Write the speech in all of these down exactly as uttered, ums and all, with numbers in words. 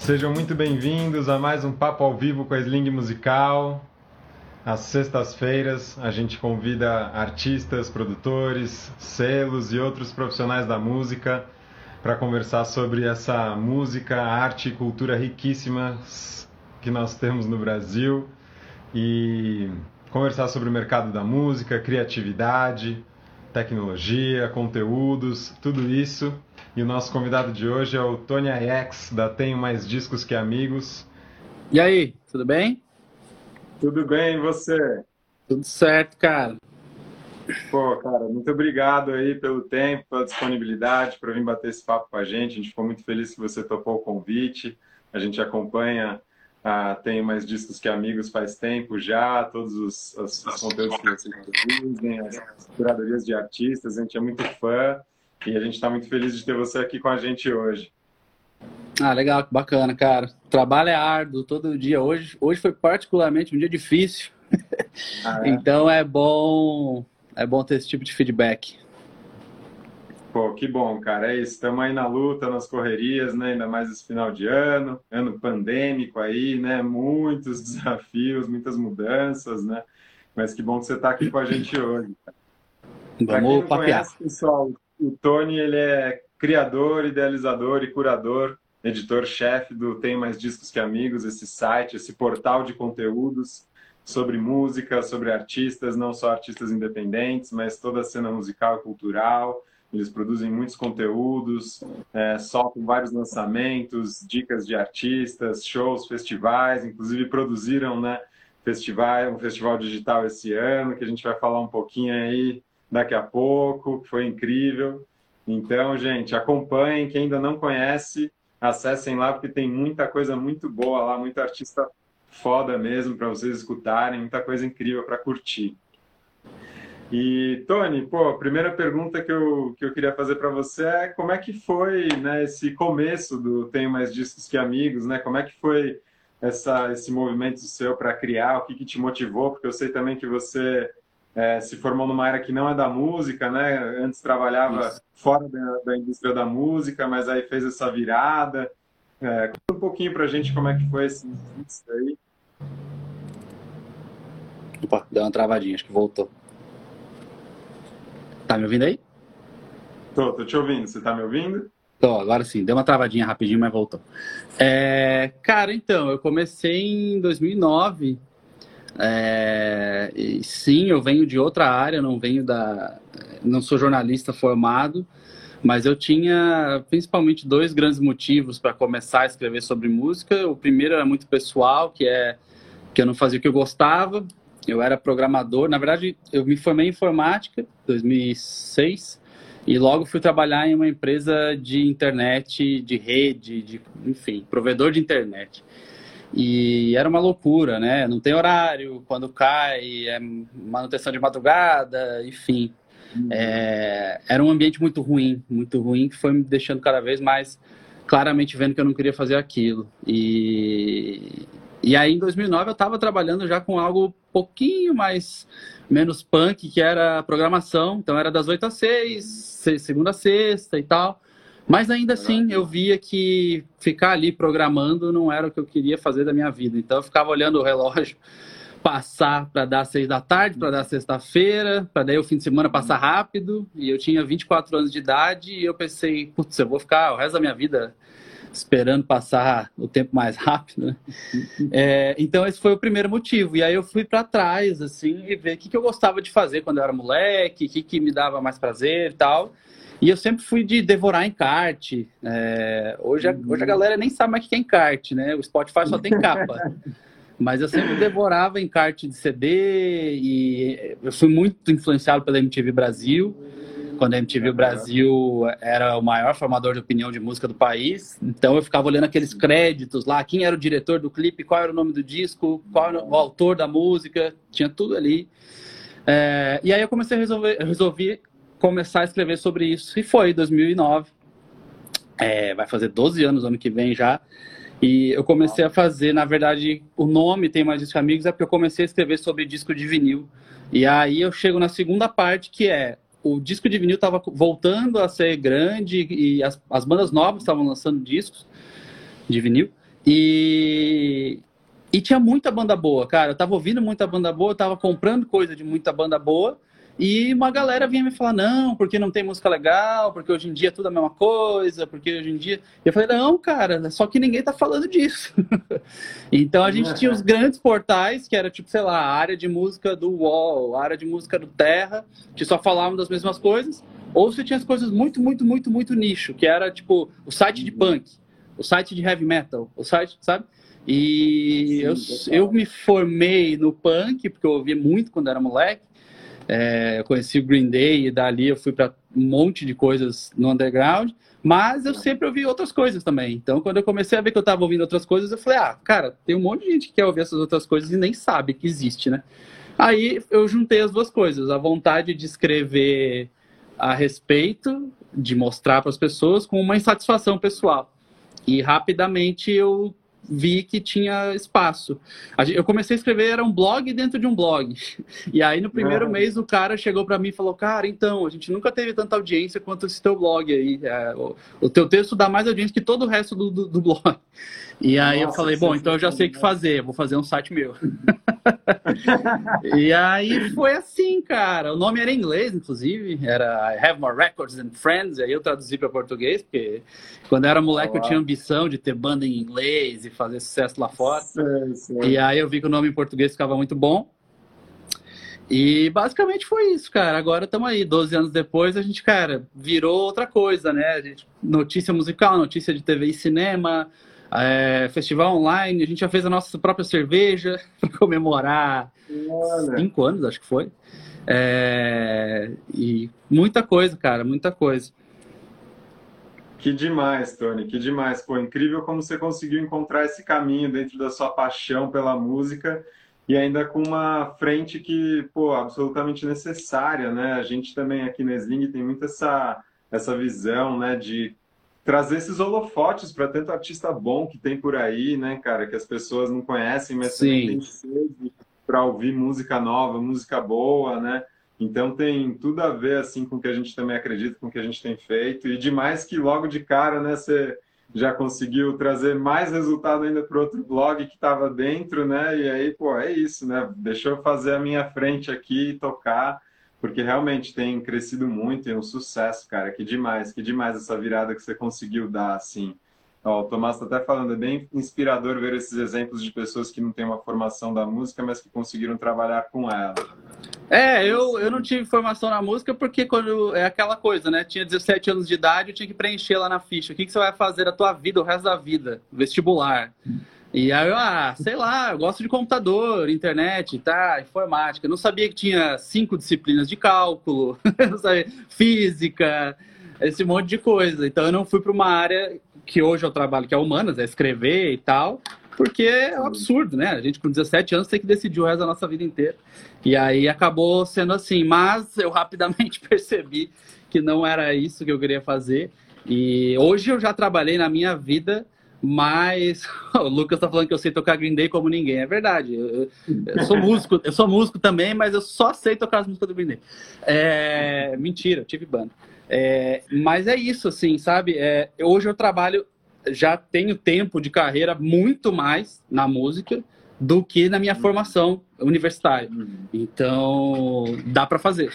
Sejam muito bem-vindos a mais um Papo ao Vivo com a Sling Musical. Às sextas-feiras a gente convida artistas, produtores, selos e outros profissionais da música para conversar sobre essa música, arte e cultura riquíssimas que nós temos no Brasil e conversar sobre o mercado da música, criatividade, tecnologia, conteúdos, tudo isso. E o nosso convidado de hoje é o Tony Ayex, da Tenho Mais Discos Que Amigos. E aí, tudo bem? Tudo bem, e você? Tudo certo, cara. Pô, cara, muito obrigado aí pelo tempo, pela disponibilidade para vir bater esse papo com a gente. A gente ficou muito feliz que você topou o convite. A gente acompanha a Tenho Mais Discos Que Amigos faz tempo já, todos os, os, os conteúdos que vocês produzem, as curadorias de artistas, a gente é muito fã. E a gente está muito feliz de ter você aqui com a gente hoje. Ah, legal, que bacana, cara. O trabalho é árduo todo dia. Hoje, hoje foi particularmente um dia difícil. Ah, é? Então é bom, é bom ter esse tipo de feedback. Pô, que bom, cara. É isso. Estamos aí na luta, nas correrias, né? Ainda mais esse final de ano, ano pandêmico aí, né? Muitos desafios, muitas mudanças, né? Mas que bom que você está aqui com a gente hoje. Para quem não conhece, pessoal, o Tony, ele é criador, idealizador e curador, editor-chefe do Tenho Mais Discos Que Amigos, esse site, esse portal de conteúdos sobre música, sobre artistas, não só artistas independentes, mas toda a cena musical e cultural. Eles produzem muitos conteúdos, é, soltam vários lançamentos, dicas de artistas, shows, festivais, inclusive produziram, né, festival, um festival digital esse ano, que a gente vai falar um pouquinho aí daqui a pouco, que foi incrível. Então, gente, acompanhem. Quem ainda não conhece, acessem lá, porque tem muita coisa muito boa lá, muito artista foda mesmo para vocês escutarem, muita coisa incrível para curtir. E, Tony, pô, a primeira pergunta que eu, que eu queria fazer para você é como é que foi, né, esse começo do Tenho Mais Discos Que Amigos, né? Como é que foi essa, esse movimento seu para criar, o que, que te motivou? Porque eu sei também que você É, se formou numa área que não é da música, né? Antes trabalhava Isso. fora da, da indústria da música, mas aí fez essa virada. É, conta um pouquinho pra gente como é que foi esse início aí. Opa, deu uma travadinha, acho que voltou. Tá me ouvindo aí? Tô, tô te ouvindo. Você tá me ouvindo? Tô, agora sim. Deu uma travadinha rapidinho, mas voltou. É, cara, então, eu comecei em dois mil e nove... É, e sim, eu venho de outra área, não venho da, não sou jornalista formado, mas eu tinha principalmente dois grandes motivos para começar a escrever sobre música. O primeiro era muito pessoal, que é que eu não fazia o que eu gostava. Eu era programador, na verdade eu me formei em informática em dois mil e seis e logo fui trabalhar em uma empresa de internet, de rede, de, enfim, provedor de internet. E era uma loucura, né? Não tem horário, quando cai, é manutenção de madrugada, enfim. Uhum. É, era um ambiente muito ruim, muito ruim, que foi me deixando cada vez mais claramente vendo que eu não queria fazer aquilo. E, e aí, em dois mil e nove, eu estava trabalhando já com algo um pouquinho mais, menos punk, que era programação. Então, era das oito às seis, segunda a sexta e tal. Mas ainda assim, eu via que ficar ali programando não era o que eu queria fazer da minha vida. Então, eu ficava olhando o relógio passar para dar seis da tarde, para dar sexta-feira, para daí o fim de semana passar rápido. E eu tinha vinte e quatro anos de idade e eu pensei, putz, eu vou ficar o resto da minha vida esperando passar o tempo mais rápido, né? É, então, esse foi o primeiro motivo. E aí eu fui para trás, assim, e ver o que, que eu gostava de fazer quando eu era moleque, o que, que me dava mais prazer e tal. E eu sempre fui de devorar encarte. É, hoje, a, hoje a galera nem sabe mais o que é encarte, né? O Spotify só tem capa. Mas eu sempre devorava encarte de C D e eu fui muito influenciado pela M T V Brasil. Quando a M T V Brasil era o maior formador de opinião de música do país. Então eu ficava olhando aqueles créditos lá. Quem era o diretor do clipe, qual era o nome do disco, qual era o autor da música. Tinha tudo ali. É, e aí eu comecei a resolver... resolvi começar a escrever sobre isso, e foi em dois mil e nove, é, vai fazer doze anos ano que vem já, e eu comecei a fazer, na verdade, o nome Tenho Mais Discos Que Amigos é porque eu comecei a escrever sobre disco de vinil, e aí eu chego na segunda parte, que é, o disco de vinil estava voltando a ser grande, e as, as bandas novas estavam lançando discos de vinil, E, e tinha muita banda boa, cara. Eu tava ouvindo muita banda boa, eu tava comprando coisa de muita banda boa. E uma galera vinha me falar, não, porque não tem música legal, porque hoje em dia é tudo a mesma coisa, porque hoje em dia... Eu falei, não, cara, só que ninguém tá falando disso. Então a gente tinha os grandes portais, que era tipo, sei lá, a área de música do U O L, a área de música do Terra, que só falavam das mesmas coisas. Ou você tinha as coisas muito, muito, muito, muito nicho, que era tipo o site de punk, o site de heavy metal, o site, sabe? E Sim, eu, eu me formei no punk, porque eu ouvia muito quando era moleque. É, eu conheci o Green Day e dali eu fui para um monte de coisas no underground, mas eu sempre ouvi outras coisas também. Então, quando eu comecei a ver que eu estava ouvindo outras coisas, eu falei, ah, cara, tem um monte de gente que quer ouvir essas outras coisas e nem sabe que existe, né? Aí eu juntei as duas coisas, a vontade de escrever a respeito, de mostrar para as pessoas, com uma insatisfação pessoal. E rapidamente eu vi que tinha espaço. Eu comecei a escrever, era um blog dentro de um blog. E aí, no primeiro uhum. mês, o cara chegou para mim e falou, cara, então, a gente nunca teve tanta audiência quanto esse teu blog aí. É, o, o teu texto dá mais audiência que todo o resto do, do, do blog. E aí Nossa, eu falei, bom, então eu já sei o que fazer, vou fazer um site meu. E aí foi assim, cara. O nome era em inglês, inclusive. Era I Have More Records Than Friends. Aí eu traduzi para português, porque quando eu era moleque oh, eu tinha ambição de ter banda em inglês e fazer sucesso lá fora. Sei, sei. E aí eu vi que o nome em português ficava muito bom. E basicamente foi isso, cara. Agora estamos aí, doze anos depois, a gente, cara, virou outra coisa, né? A gente, notícia musical, notícia de T V e cinema, é, festival online, a gente já fez a nossa própria cerveja para comemorar Olha. cinco anos, acho que foi. É, e muita coisa, cara, muita coisa. Que demais, Tony, que demais. Pô, incrível como você conseguiu encontrar esse caminho dentro da sua paixão pela música e ainda com uma frente que, pô, absolutamente necessária, né? A gente também aqui na Sling tem muito essa, essa visão, né, de trazer esses holofotes para tanto artista bom que tem por aí, né, cara, que as pessoas não conhecem, mas Sim. também tem sede para ouvir música nova, música boa, né? Então tem tudo a ver assim com o que a gente também acredita, com o que a gente tem feito. E demais que logo de cara, né, você já conseguiu trazer mais resultado ainda para outro blog que estava dentro, né? E aí, pô, é isso, né? Deixa eu fazer a minha frente aqui e tocar, porque realmente tem crescido muito e é um sucesso, cara. Que demais, que demais essa virada que você conseguiu dar, assim. Ó, o Tomás está até falando, é bem inspirador ver esses exemplos de pessoas que não têm uma formação da música, mas que conseguiram trabalhar com ela. É, eu, eu não tive formação na música porque quando é aquela coisa, né? Tinha dezessete anos de idade, eu tinha que preencher lá na ficha. O que, que você vai fazer da tua vida, o resto da vida? Vestibular. E aí eu, ah, sei lá, eu gosto de computador, internet, tá, informática. Eu não sabia que tinha cinco disciplinas de cálculo, não sabia, física, esse monte de coisa. Então eu não fui para uma área que hoje eu trabalho, que é humanas, é escrever e tal, porque é um absurdo, né? A gente com dezessete anos tem que decidir o resto da nossa vida inteira. E aí acabou sendo assim, mas eu rapidamente percebi que não era isso que eu queria fazer. E hoje eu já trabalhei na minha vida, mas o Lucas tá falando que eu sei tocar Green Day como ninguém. É verdade, eu, eu sou músico, eu sou músico também, mas eu só sei tocar as músicas do Green Day. É, mentira, eu tive banda. É, mas é isso, assim, sabe? É, hoje eu trabalho, já tenho tempo de carreira muito mais na música do que na minha formação universitária. Então, dá para fazer.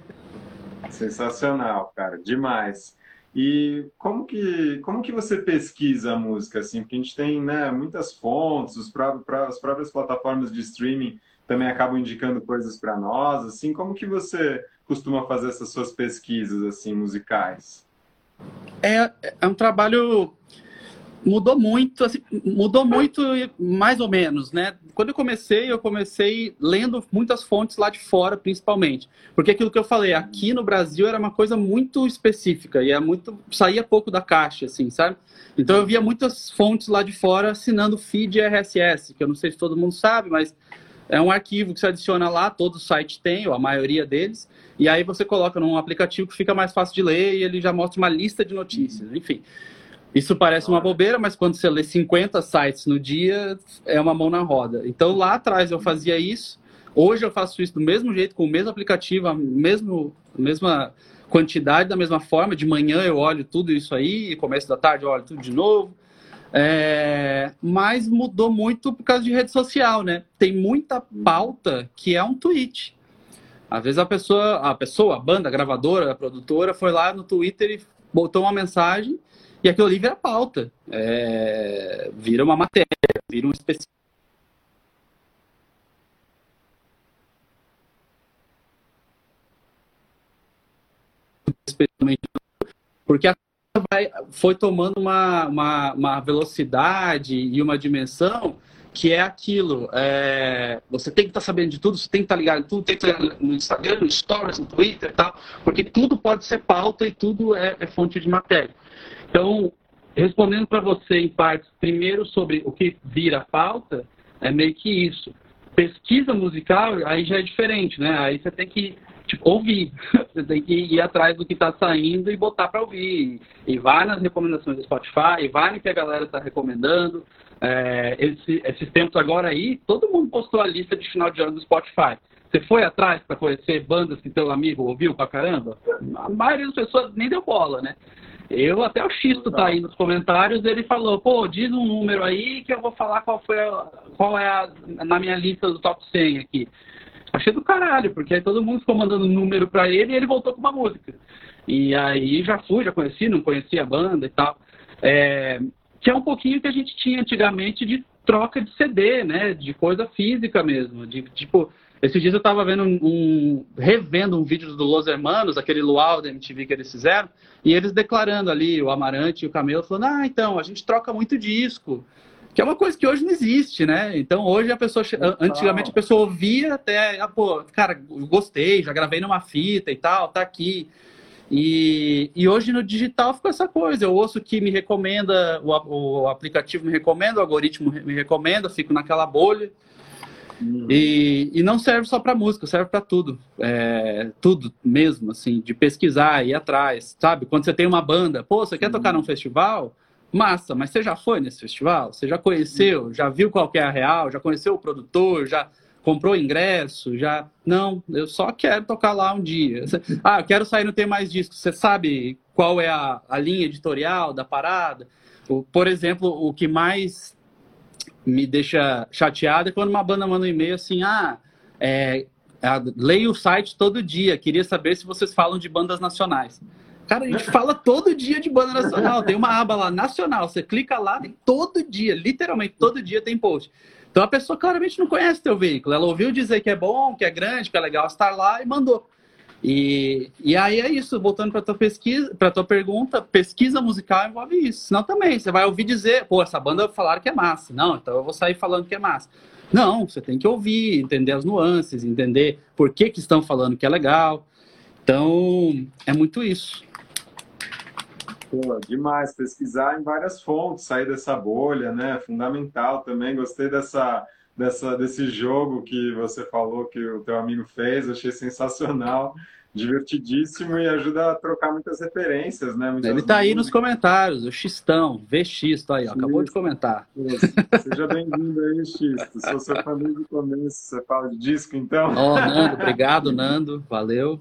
Sensacional, cara, demais. E como que, como que você pesquisa a música, assim? Porque a gente tem, né, muitas fontes, os próprios, as próprias plataformas de streaming também acabam indicando coisas para nós, assim. Como que você costuma fazer essas suas pesquisas, assim, musicais? É, é um trabalho... Mudou muito, assim, mudou muito mais ou menos, né? Quando eu comecei, eu comecei lendo muitas fontes lá de fora, principalmente. Porque aquilo que eu falei, aqui no Brasil era uma coisa muito específica e é muito, saía pouco da caixa, assim, sabe? Então eu via muitas fontes lá de fora assinando feed R S S, que eu não sei se todo mundo sabe, mas é um arquivo que você adiciona lá, todo site tem, ou a maioria deles, e aí você coloca num aplicativo que fica mais fácil de ler e ele já mostra uma lista de notícias, enfim. Isso parece uma bobeira, mas quando você lê cinquenta sites no dia, é uma mão na roda. Então, lá atrás eu fazia isso. Hoje eu faço isso do mesmo jeito, com o mesmo aplicativo, a, mesmo, a mesma quantidade, da mesma forma. De manhã eu olho tudo isso aí, e começo da tarde eu olho tudo de novo. É, mas mudou muito por causa de rede social, né? Tem muita pauta que é um tweet. Às vezes a pessoa, a pessoa, a banda, a gravadora, a produtora foi lá no Twitter e botou uma mensagem e aquilo ali vira pauta. É, vira uma matéria, vira um especial. Especialmente porque a coisa vai, foi tomando uma, uma, uma velocidade e uma dimensão que é aquilo. É, você tem que estar sabendo de tudo, você tem que estar ligado em tudo, tem que estar no Instagram, no Stories, no Twitter e tal, porque tudo pode ser pauta e tudo é, é fonte de matéria. Então, respondendo para você em partes, primeiro sobre o que vira pauta, é meio que isso. Pesquisa musical, aí já é diferente, né? Aí você tem que tipo, ouvir, você tem que ir atrás do que está saindo e botar para ouvir. E vai nas recomendações do Spotify, vai no que a galera está recomendando. É, esse, esses tempos agora aí, todo mundo postou a lista de final de ano do Spotify. Você foi atrás para conhecer bandas que teu amigo ouviu pra caramba? A maioria das pessoas nem deu bola, né? Eu, até o Xisto tá aí nos comentários, ele falou, pô, diz um número aí que eu vou falar qual foi a, qual é a, na minha lista do top cem aqui. Achei do caralho, porque aí todo mundo ficou mandando número pra ele e ele voltou com uma música. E aí já fui, já conheci, não conhecia a banda e tal. É, que é um pouquinho que a gente tinha antigamente de troca de C D, né? De coisa física mesmo. De, tipo, esses dias eu tava vendo um, um revendo um vídeo do Los Hermanos, aquele Luau da M T V que eles fizeram, e eles declarando ali, o Amarante e o Camelo, falando, ah, então, a gente troca muito disco. Que é uma coisa que hoje não existe, né? Então, hoje a pessoa... Antigamente a pessoa ouvia até... Ah, pô, cara, gostei, já gravei numa fita e tal, tá aqui. E, e hoje no digital ficou essa coisa. Eu ouço que me recomenda, o, o aplicativo me recomenda, o algoritmo me recomenda, fico naquela bolha. Uhum. E, e não serve só para música, serve para tudo. É, tudo mesmo, assim, de pesquisar, ir atrás, sabe? Quando você tem uma banda, pô, você quer tocar num festival... Massa, mas você já foi nesse festival? Você já conheceu? Já viu qual que é a real? Já conheceu o produtor? Já comprou ingresso? Já... Não, eu só quero tocar lá um dia. Ah, eu quero sair no Tem Mais Discos. Você sabe qual é a, a linha editorial da parada? O, por exemplo, o que mais me deixa chateado é quando uma banda manda um e-mail assim, ah, é, leio o site todo dia, queria saber se vocês falam de bandas nacionais. Cara, a gente fala todo dia de banda nacional. Tem uma aba lá, nacional. Você clica lá, tem todo dia, literalmente todo dia tem post. Então a pessoa claramente não conhece teu veículo. Ela ouviu dizer que é bom, que é grande, que é legal estar lá e mandou. E, e aí é isso, voltando para tua pesquisa, para tua pergunta, pesquisa musical envolve isso. Senão também, você vai ouvir dizer, pô, essa banda falaram que é massa. Não, então eu vou sair falando que é massa. Não, você tem que ouvir, entender as nuances, entender por que que estão falando que é legal. Então, é muito isso. Pô, demais, pesquisar em várias fontes, sair dessa bolha, né? Fundamental também. Gostei dessa, dessa, desse jogo que você falou que o teu amigo fez, achei sensacional, divertidíssimo e ajuda a trocar muitas referências, né? Muitas Ele tá aí músicas. nos comentários, o Xistão, V X, tá aí, ó, acabou de comentar. Isso. Seja bem-vindo aí, Xisto. Sou seu fã desde o começo. Você fala de disco, então? Ó, oh, Nando, obrigado, Nando, valeu.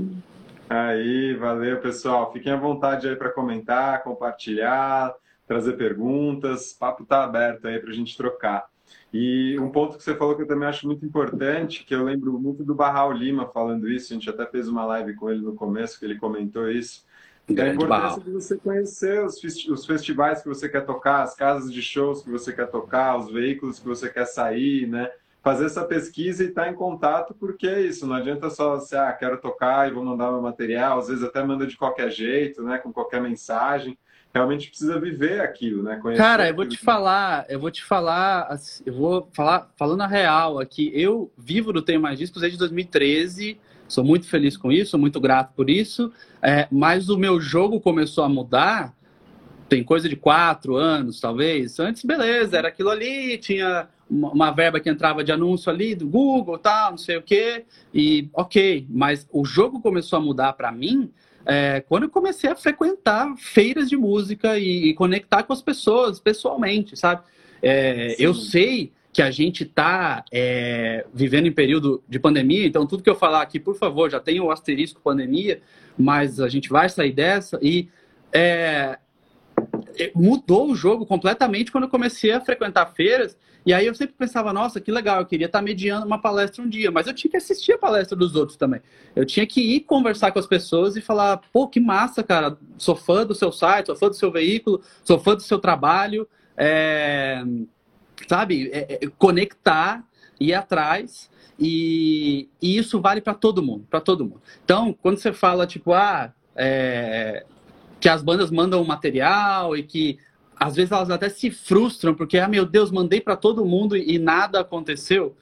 Aí, valeu, pessoal. Fiquem à vontade aí para comentar, compartilhar, trazer perguntas. O papo está aberto aí para a gente trocar. E um ponto que você falou que eu também acho muito importante, que eu lembro muito do Barral Lima falando isso, a gente até fez uma live com ele no começo, que ele comentou isso, que é a importância de você conhecer os festivais que você quer tocar, as casas de shows que você quer tocar, os veículos que você quer sair, né? Fazer essa pesquisa e estar em contato, porque é isso, não adianta só você, ah, quero tocar e vou mandar meu material, às vezes até manda de qualquer jeito, né, com qualquer mensagem, realmente precisa viver aquilo, né, conhecer. Cara, eu vou te falar, eu vou te falar, eu vou falar, falando a real aqui, eu vivo do Tenho Mais Discos desde dois mil e treze, sou muito feliz com isso, sou muito grato por isso, é, mas o meu jogo começou a mudar, tem coisa de quatro anos, talvez. Antes, beleza, era aquilo ali, tinha uma, uma verba que entrava de anúncio ali do Google, tal, não sei o quê, e ok. Mas o jogo começou a mudar para mim é, quando eu comecei a frequentar feiras de música e, e conectar com as pessoas pessoalmente, sabe? É, eu sei que a gente está é, vivendo em período de pandemia, então tudo que eu falar aqui, por favor, já tem o asterisco pandemia, mas a gente vai sair dessa e... É, mudou o jogo completamente quando eu comecei a frequentar feiras. E aí eu sempre pensava, nossa, que legal, eu queria estar mediando uma palestra um dia, mas eu tinha que assistir a palestra dos outros também. Eu tinha que ir conversar com as pessoas e falar, pô, que massa, cara, sou fã do seu site, sou fã do seu veículo, sou fã do seu trabalho, é... sabe, é, é, conectar, ir atrás, e, e isso vale para todo mundo, para todo mundo. Então, quando você fala, tipo, ah, é... que as bandas mandam material e que às vezes elas até se frustram porque, ah, meu Deus, mandei para todo mundo e nada aconteceu.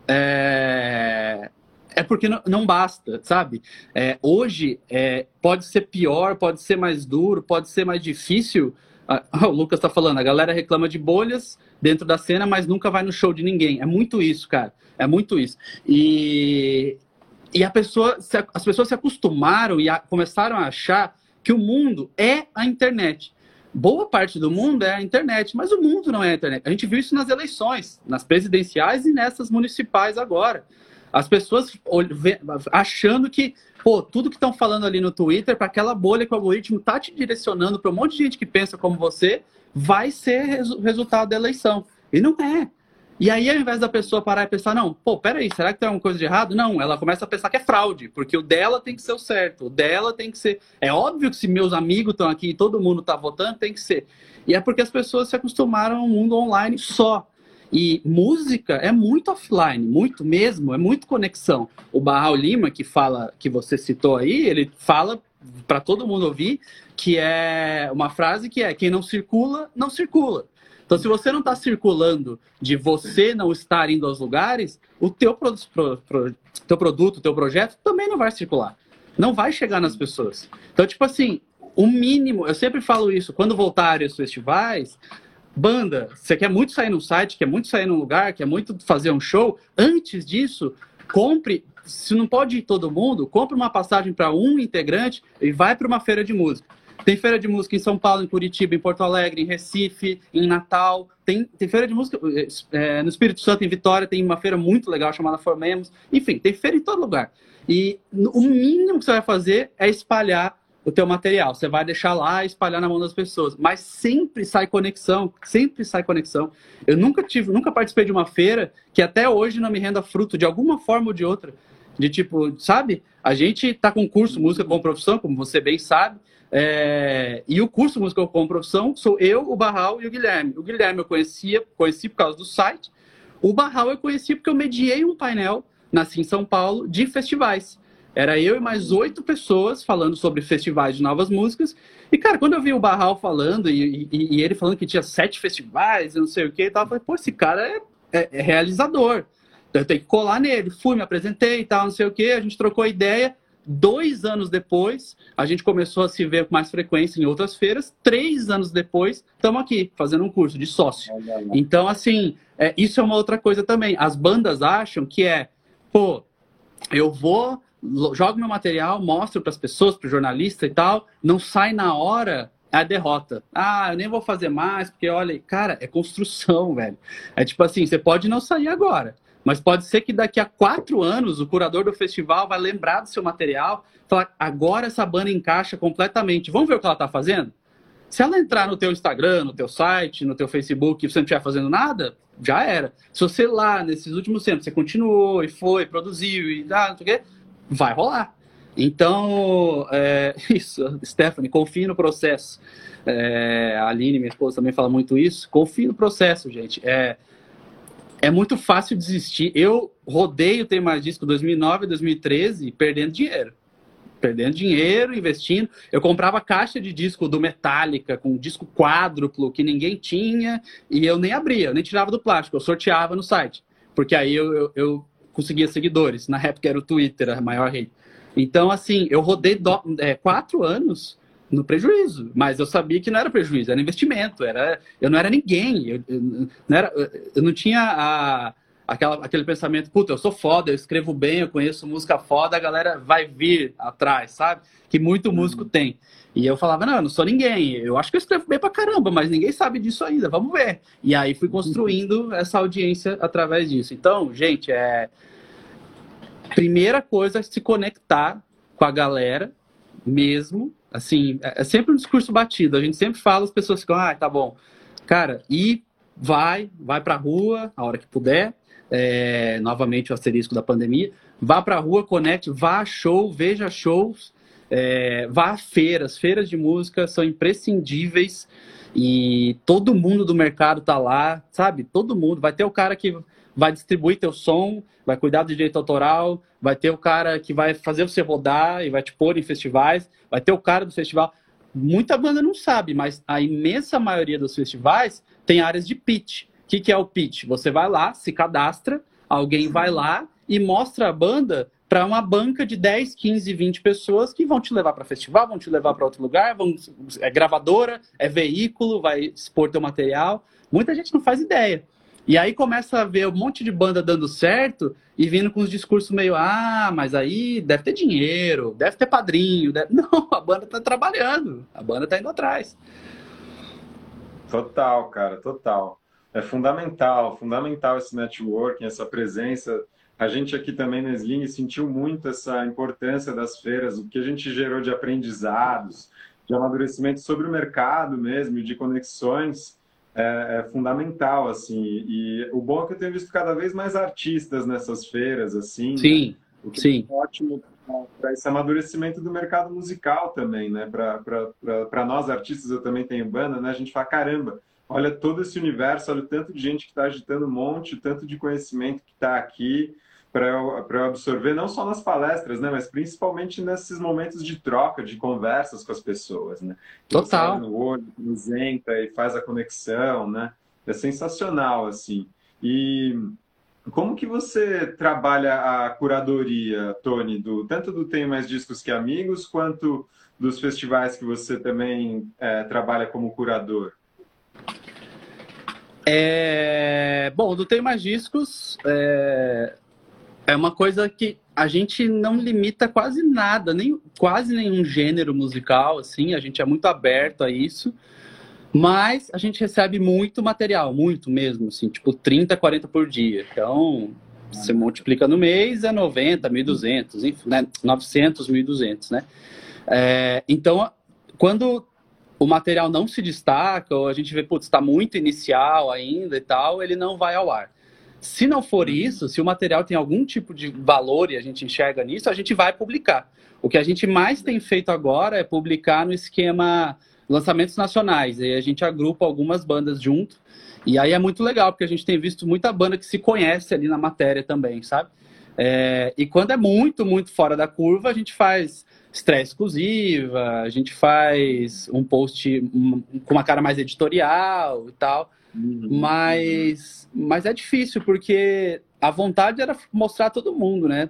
É, é porque não, não basta, sabe? É, hoje é, pode ser pior, pode ser mais duro, pode ser mais difícil. Ah, o Lucas tá falando, a galera reclama de bolhas dentro da cena, mas nunca vai no show de ninguém. É muito isso, cara. É muito isso. E, e a pessoa, as pessoas se acostumaram e a, começaram a achar que o mundo é a internet. Boa parte do mundo é a internet, mas o mundo não é a internet. A gente viu isso nas eleições, nas presidenciais e nessas municipais agora. As pessoas achando que, pô, tudo que estão falando ali no Twitter, para aquela bolha que o algoritmo tá te direcionando para um monte de gente que pensa como você, vai ser o resultado da eleição. E não é. E aí, ao invés da pessoa parar e pensar, não, pô, peraí, será que tem alguma coisa de errado? Não, ela começa a pensar que é fraude, porque o dela tem que ser o certo, o dela tem que ser... É óbvio que se meus amigos estão aqui e todo mundo está votando, tem que ser. E é porque as pessoas se acostumaram ao mundo online só. E música é muito offline, muito mesmo, é muito conexão. O Barral Lima, que fala, que você citou aí, ele fala para todo mundo ouvir, que é uma frase que é, quem não circula, não circula. Então, se você não está circulando de você não estar indo aos lugares, o teu, pro, pro, pro, teu produto, o teu projeto também não vai circular. Não vai chegar nas pessoas. Então, tipo assim, o mínimo... Eu sempre falo isso, quando voltarem os festivais, banda, você quer muito sair num site, quer muito sair num lugar, quer muito fazer um show, antes disso, compre... Se não pode ir todo mundo, compre uma passagem para um integrante e vai para uma feira de música. Tem feira de música em São Paulo, em Curitiba, em Porto Alegre, em Recife, em Natal. Tem, tem feira de música é, no Espírito Santo, em Vitória, tem uma feira muito legal chamada Formemos. Enfim, tem feira em todo lugar. E o mínimo que você vai fazer é espalhar o teu material. Você vai deixar lá e espalhar na mão das pessoas. Mas sempre sai conexão, sempre sai conexão. Eu nunca tive, nunca participei de uma feira que até hoje não me renda fruto, de alguma forma ou de outra. De tipo, sabe? A gente tá com curso Música como Profissão, como você bem sabe. É, e o curso Música como Profissão sou eu, o Barral e o Guilherme. O Guilherme eu conhecia, conheci por causa do site. O Barral eu conheci porque eu mediei um painel, nasci em São Paulo, de festivais. Era eu e mais oito pessoas falando sobre festivais de novas músicas. E, cara, quando eu vi o Barral falando e, e, e ele falando que tinha sete festivais e não sei o que, eu falei, pô, esse cara é, é, é realizador. Então eu tenho que colar nele. Fui, me apresentei e tal, não sei o que, a gente trocou ideia. Dois anos depois, a gente começou a se ver com mais frequência em outras feiras. Três anos depois, estamos aqui, fazendo um curso de sócio. Então, assim, é, isso é uma outra coisa também. As bandas acham que é, pô, eu vou, jogo meu material, mostro para as pessoas, para o jornalista e tal, não sai na hora, é a derrota. Ah, eu nem vou fazer mais, porque, olha, cara, é construção, velho. É tipo assim, você pode não sair agora, mas pode ser que daqui a quatro anos o curador do festival vai lembrar do seu material e falar, agora essa banda encaixa completamente. Vamos ver o que ela está fazendo? Se ela entrar no teu Instagram, no teu site, no teu Facebook e você não estiver fazendo nada, já era. Se você lá, nesses últimos tempos, você continuou e foi, produziu e dá, não sei o quê, vai rolar. Então, é, isso, Stephanie, confie no processo. É, a Aline, minha esposa, também fala muito isso. Confie no processo, gente. É... É muito fácil desistir. Eu rodei o Tem Mais Disco dois mil e nove, dois mil e treze perdendo dinheiro. Perdendo dinheiro, investindo. Eu comprava caixa de disco do Metallica com disco quádruplo que ninguém tinha e eu nem abria, eu nem tirava do plástico. Eu sorteava no site. Porque aí eu, eu, eu conseguia seguidores. Na época era o Twitter, a maior rede. Então, assim, eu rodei do, é, quatro anos no prejuízo, mas eu sabia que não era prejuízo, era investimento, era, eu não era ninguém, eu, eu, não, era, eu não tinha a, aquela, aquele pensamento, puta, eu sou foda, eu escrevo bem, eu conheço música foda, a galera vai vir atrás, sabe? Que muito músico uhum. tem. E eu falava, não, eu não sou ninguém, eu acho que eu escrevo bem pra caramba, mas ninguém sabe disso ainda, vamos ver. E aí fui construindo uhum. essa audiência através disso. Então, gente, é... primeira coisa é se conectar com a galera mesmo, Assim, é é sempre um discurso batido. A gente sempre fala, as pessoas ficam, ah, tá bom. Cara, e vai, vai pra rua, a hora que puder. É, novamente o asterisco da pandemia. Vá pra rua, conecte, vá a show, veja shows, é, vá a feiras. Feiras de música são imprescindíveis e todo mundo do mercado tá lá, sabe? Todo mundo. Vai ter o cara que vai distribuir teu som, vai cuidar do direito autoral, vai ter o cara que vai fazer você rodar e vai te pôr em festivais, vai ter o cara do festival. Muita banda não sabe, mas a imensa maioria dos festivais tem áreas de pitch. O que, que é o pitch? Você vai lá, se cadastra, alguém vai lá e mostra a banda para uma banca de dez, quinze, vinte pessoas que vão te levar para festival, vão te levar para outro lugar, vão, é gravadora, é veículo, vai expor teu material. Muita gente não faz ideia. E aí começa a ver um monte de banda dando certo e vindo com os discursos meio, ah, mas aí deve ter dinheiro, deve ter padrinho. Deve... Não, a banda tá trabalhando, a banda tá indo atrás. Total, cara, total. É fundamental, fundamental esse networking, essa presença. A gente aqui também na Sling sentiu muito essa importância das feiras, o que a gente gerou de aprendizados, de amadurecimento sobre o mercado mesmo, de conexões, é, é fundamental, assim. E o bom é que eu tenho visto cada vez mais artistas nessas feiras, assim, sim, né? O que sim. é ótimo para esse amadurecimento do mercado musical também, né? Para nós artistas, eu também tenho banda, né? A gente fala, caramba, olha todo esse universo, olha o tanto de gente que está agitando um monte, o tanto de conhecimento que está aqui para eu, eu absorver, não só nas palestras, né, mas principalmente nesses momentos de troca, de conversas com as pessoas, né? Total. Você olha no olho, isenta e faz a conexão, né? É sensacional, assim. E como que você trabalha a curadoria, Tony, do, tanto do Tenho Mais Discos Que Amigos, quanto dos festivais que você também é, trabalha como curador? É... Bom, do Tenho Mais Discos é... é uma coisa que a gente não limita quase nada, nem, quase nenhum gênero musical, assim, a gente é muito aberto a isso, mas a gente recebe muito material, muito mesmo, assim, tipo trinta, quarenta por dia. Então, você multiplica no mês, é noventa, mil e duzentos, enfim, né? novecentos, mil e duzentos, né? É... Então, quando o material não se destaca, ou a gente vê, putz, está muito inicial ainda e tal, ele não vai ao ar. Se não for isso, se o material tem algum tipo de valor e a gente enxerga nisso, a gente vai publicar. O que a gente mais tem feito agora é publicar no esquema lançamentos nacionais. E a gente agrupa algumas bandas junto. E aí é muito legal, porque a gente tem visto muita banda que se conhece ali na matéria também, sabe? É, e quando é muito, muito fora da curva, a gente faz estreia exclusiva, a gente faz um post um, com uma cara mais editorial e tal. Uhum. Mas, mas é difícil, porque a vontade era mostrar todo mundo, né?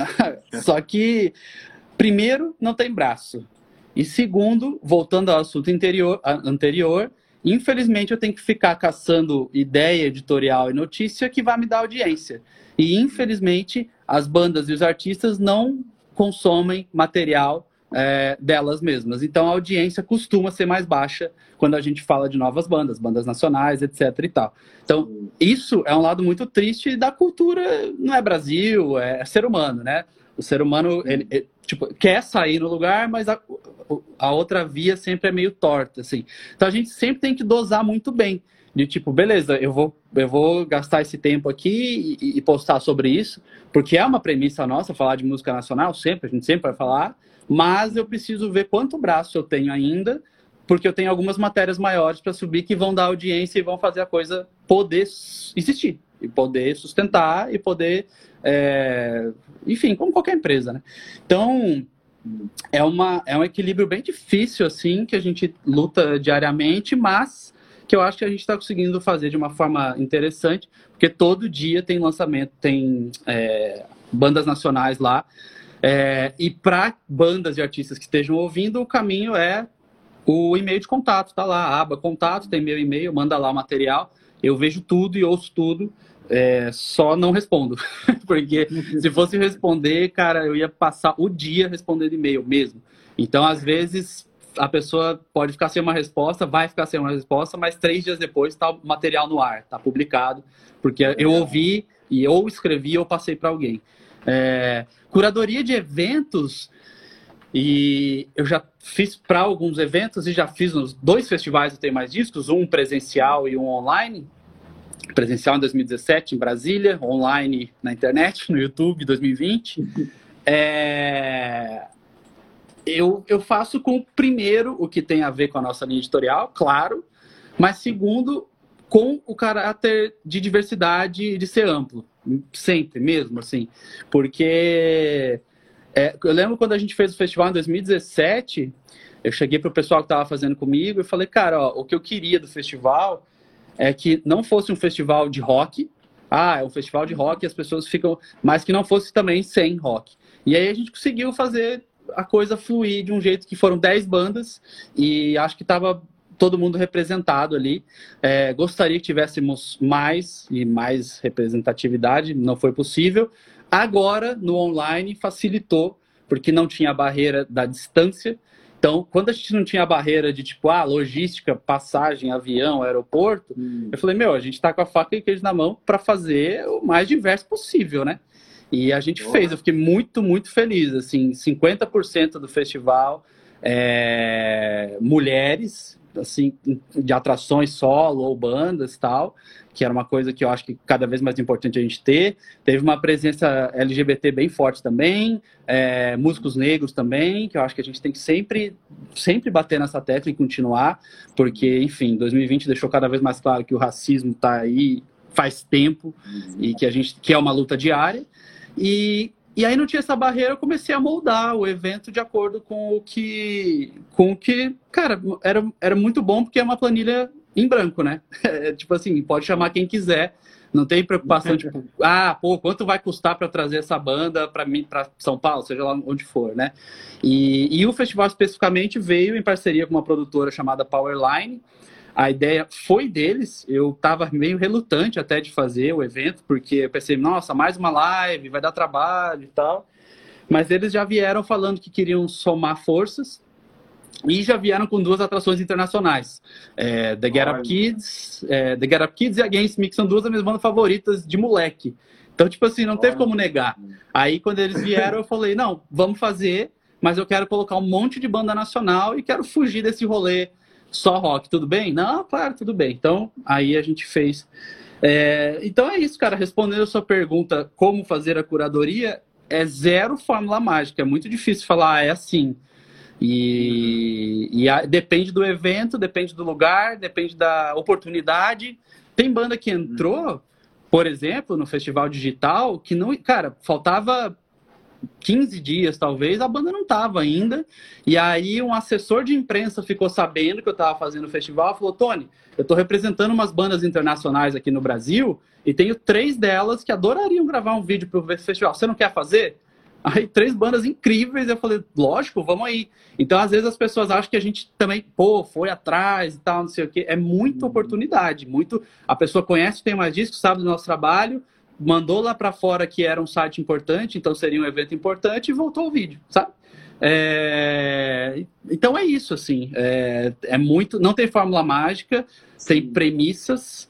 Só que, primeiro, não tem braço. E segundo, voltando ao assunto anterior, anterior, infelizmente eu tenho que ficar caçando ideia editorial e notícia que vai me dar audiência. E, infelizmente, as bandas e os artistas não consomem material é, delas mesmas. Então, a audiência costuma ser mais baixa quando a gente fala de novas bandas, bandas nacionais, etc e tal. Então, isso é um lado muito triste da cultura, não é Brasil, é ser humano, né? O ser humano, ele, ele, tipo, quer sair no lugar, mas a, a outra via sempre é meio torta, assim. Então, a gente sempre tem que dosar muito bem. De tipo, beleza, eu vou, eu vou gastar esse tempo aqui e, e postar sobre isso, porque é uma premissa nossa falar de música nacional, sempre, a gente sempre vai falar, mas eu preciso ver quanto braço eu tenho ainda, porque eu tenho algumas matérias maiores para subir que vão dar audiência e vão fazer a coisa poder existir, e poder sustentar, e poder, é... enfim, como qualquer empresa, né? Então, é, uma, é um equilíbrio bem difícil, assim, que a gente luta diariamente, mas que eu acho que a gente está conseguindo fazer de uma forma interessante, porque todo dia tem lançamento, tem é, bandas nacionais lá, é, e para bandas e artistas que estejam ouvindo, o caminho é o e-mail de contato, tá lá, a aba contato, tem meu e-mail, manda lá o material, eu vejo tudo e ouço tudo, é, só não respondo, porque se fosse responder, cara, eu ia passar o dia respondendo e-mail mesmo. Então, às vezes, a pessoa pode ficar sem uma resposta, vai ficar sem uma resposta, mas três dias depois está o material no ar, está publicado, porque eu ouvi e ou escrevi ou passei para alguém. É, curadoria de eventos, E eu já fiz para alguns eventos e já fiz nos dois festivais do Tem Mais Discos, um presencial e um online. Presencial em dois mil e dezessete em Brasília, online na internet, no YouTube, dois mil e vinte. É... Eu, eu faço com, primeiro, o que tem a ver com a nossa linha editorial, claro, mas segundo, com o caráter de diversidade e de ser amplo, sempre mesmo, assim, porque é, eu lembro quando a gente fez o festival em dois mil e dezessete, eu cheguei para o pessoal que estava fazendo comigo e falei, cara, ó, o que eu queria do festival é que não fosse um festival de rock, ah, é um festival de rock e as pessoas ficam, mas que não fosse também sem rock. E aí a gente conseguiu fazer a coisa fluir de um jeito que foram dez bandas e acho que estava todo mundo representado ali. É, gostaria que tivéssemos mais e mais representatividade, não foi possível. Agora, no online, facilitou, porque não tinha a barreira da distância. Então, quando a gente não tinha a barreira de, tipo, ah, logística, passagem, avião, aeroporto, hum. eu falei, meu, a gente tá com a faca e o queijo na mão para fazer o mais diverso possível, né? E a gente oh. fez, eu fiquei muito, muito feliz, assim, cinquenta por cento do festival, é, mulheres, assim, de atrações solo ou bandas e tal, que era uma coisa que eu acho que cada vez mais importante a gente ter. Teve uma presença L G B T bem forte também, é, músicos negros também, que eu acho que a gente tem que sempre, sempre bater nessa tecla e continuar, porque, enfim, dois mil e vinte deixou cada vez mais claro que o racismo está aí faz tempo e que, a gente, que é uma luta diária. E, e aí não tinha essa barreira, eu comecei a moldar o evento de acordo com o que, com o que cara, era, era muito bom, porque é uma planilha em branco, né? É, tipo assim, pode chamar quem quiser, não tem preocupação, tipo, ah, pô, quanto vai custar para trazer essa banda para mim, para São Paulo, seja lá onde for, né? E, e o festival especificamente veio em parceria com uma produtora chamada Powerline. A ideia foi deles, eu estava meio relutante até de fazer o evento, porque eu pensei, nossa, mais uma live, vai dar trabalho e tal. Mas eles já vieram falando que queriam somar forças e já vieram com duas atrações internacionais. É, The Get Up Kids, é, The Get Up Kids e Against Me, que são duas das minhas bandas favoritas de moleque. Então, tipo assim, não teve como negar. Aí, quando eles vieram, eu falei, não, vamos fazer, mas eu quero colocar um monte de banda nacional e quero fugir desse rolê só rock, tudo bem? Não, claro, tudo bem. Então, aí a gente fez. É, então é isso, cara. Respondendo a sua pergunta, como fazer a curadoria, é zero fórmula mágica. É muito difícil falar, ah, é assim. E, e a, depende do evento, depende do lugar, depende da oportunidade. Tem banda que entrou, por exemplo, no Festival Digital, que não... Cara, faltava quinze dias, talvez, a banda não tava ainda. E aí um assessor de imprensa ficou sabendo que eu tava fazendo o festival e falou, Tony, eu tô representando umas bandas internacionais aqui no Brasil e tenho três delas que adorariam gravar um vídeo pro festival. Você não quer fazer? Aí três bandas incríveis, eu falei, lógico, vamos aí. Então, às vezes as pessoas acham que a gente também, pô, foi atrás e tal, não sei o quê. É muita oportunidade, muito... A pessoa conhece o Tem Mais Discos, sabe do nosso trabalho, mandou lá para fora que era um site importante, então seria um evento importante e voltou o vídeo, sabe? É... Então é isso, assim, é... é muito, não tem fórmula mágica, tem premissas,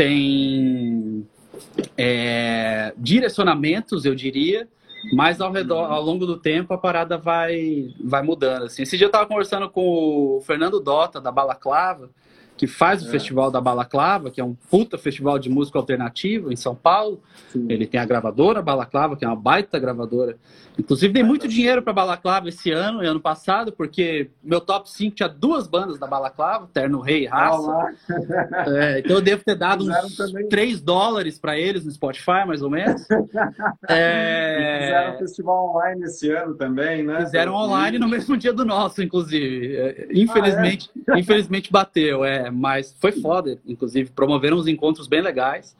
tem é... direcionamentos, eu diria, mas ao redor, ao longo do tempo a parada vai, vai mudando, assim. Esse dia eu estava conversando com o Fernando Dota, da Balaclava, que faz o é. Festival da Balaclava, que é um puta festival de música alternativa em São Paulo. Sim. Ele tem a gravadora Balaclava, que é uma baita gravadora. Inclusive, dei muito dinheiro para Balaclava esse ano e ano passado, porque meu top cinco tinha duas bandas da Balaclava, Terno Rei e Raça. É, então eu devo ter dado uns três dólares para eles no Spotify, mais ou menos. É... Fizeram um festival online esse ano também, né? Fizeram online no mesmo dia do nosso, inclusive. Infelizmente, ah, é? infelizmente bateu, é. Mas foi foda, inclusive, promoveram uns encontros bem legais.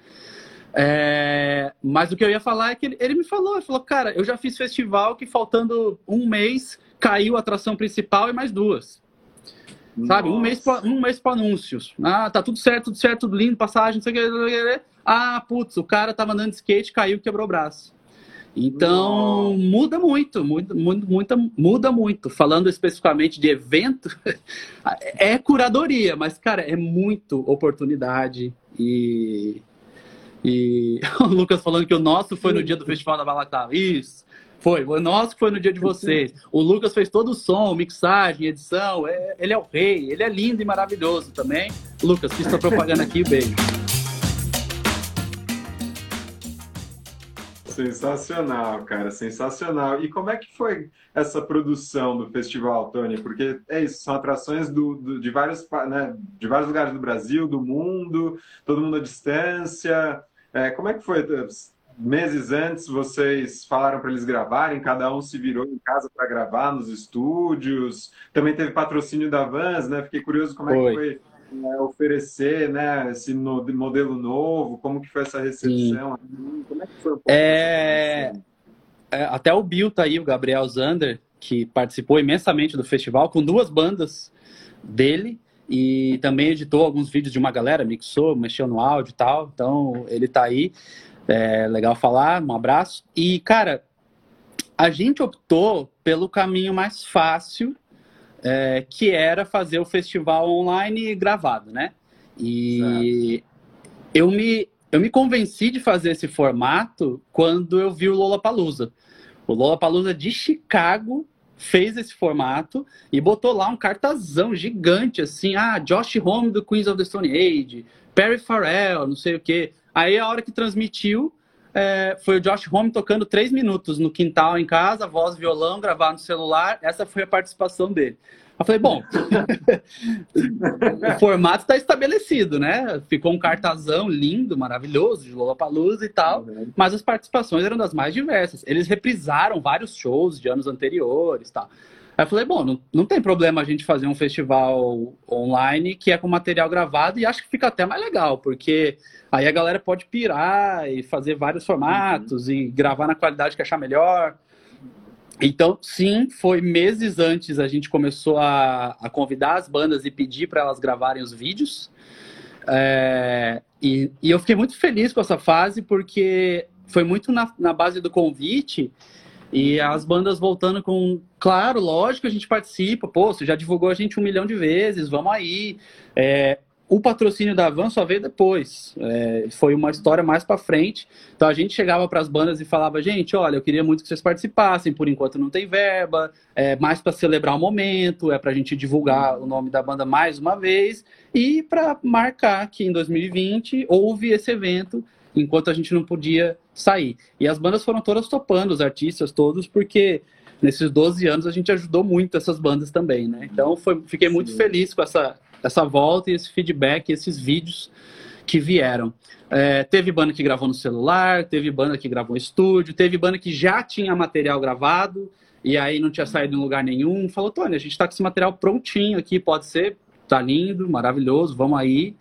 É, mas o que eu ia falar é que ele, ele me falou, ele falou, cara, eu já fiz festival que faltando um mês caiu a atração principal e mais duas. Nossa. Sabe, um mês, pra, um mês para anúncios. Ah, tá tudo certo, tudo certo, tudo lindo, passagem, não sei o que. Ah, putz, o cara tava andando de skate, caiu, quebrou o braço. Então, Nossa. muda muito, muda, muda, muda muito. Falando especificamente de evento, é curadoria, mas, cara, é muito oportunidade. E, e o Lucas falando que o nosso foi no dia do Festival da Balaclava. Isso, Foi, o nosso foi no dia de vocês. O Lucas fez todo o som, mixagem, edição. É, ele é o rei, ele é lindo e maravilhoso também. Lucas, fiz sua propaganda aqui, beijo. Sensacional, cara, sensacional. E como é que foi essa produção do festival, Tony? Porque é isso, são atrações do, do- de vários, pa- né, de vários lugares do Brasil, do mundo, todo mundo à distância. É, como é que foi? Meses antes vocês falaram para eles gravarem, cada um se virou em casa para gravar nos estúdios. Também teve patrocínio da Vans, né? Fiquei curioso como é que Foi, foi, né, oferecer, né, esse no- modelo novo, como que foi essa sim. recepção? Como é que foi um pouco dessa É, produção? é, até o Bill tá aí, o Gabriel Zander, que participou imensamente do festival, com duas bandas dele, e também editou alguns vídeos de uma galera, mixou, mexeu no áudio e tal. Então, ele tá aí. É legal falar, um abraço. E, cara, a gente optou pelo caminho mais fácil, é, que era fazer o festival online gravado, né? Certo. E eu me, eu me convenci de fazer esse formato quando eu vi o Lollapalooza. O Lollapalooza de Chicago fez esse formato e botou lá um cartazão gigante, assim, ah, Josh Homme do Queens of the Stone Age, Perry Farrell, não sei o quê. Aí a hora que transmitiu, é, foi o Josh Homme tocando três minutos no quintal em casa, voz, violão, gravar no celular. Essa foi a participação dele. Eu falei, bom, o formato está estabelecido, né? Ficou um cartazão lindo, maravilhoso, de Lollapalooza e tal, Uhum. mas as participações eram das mais diversas. Eles reprisaram vários shows de anos anteriores, tal. Aí eu falei, bom, não, não tem problema a gente fazer um festival online que é com material gravado, e acho que fica até mais legal, porque aí a galera pode pirar e fazer vários Uhum. formatos e gravar na qualidade que achar melhor. Então, sim, foi meses antes a gente começou a, a convidar as bandas e pedir para elas gravarem os vídeos. É, e, e eu fiquei muito feliz com essa fase, porque foi muito na, na base do convite e as bandas voltando com, claro, lógico, a gente participa, pô, você já divulgou a gente um milhão de vezes, vamos aí. É, o patrocínio da Van só veio depois, é, foi uma história mais para frente. Então a gente chegava para as bandas e falava, gente, olha, eu queria muito que vocês participassem, por enquanto não tem verba, é mais para celebrar o momento, é para a gente divulgar o nome da banda mais uma vez e para marcar que em dois mil e vinte houve esse evento enquanto a gente não podia sair. E as bandas foram todas topando, os artistas todos, porque nesses doze anos a gente ajudou muito essas bandas também, né? Então foi, fiquei muito Sim. feliz com essa, essa volta e esse feedback, esses vídeos que vieram. É, teve banda que gravou no celular, teve banda que gravou em estúdio, teve banda que já tinha material gravado e aí não tinha saído em lugar nenhum. Falou, Tony, a gente tá com esse material prontinho aqui, pode ser, tá lindo, maravilhoso, vamos aí.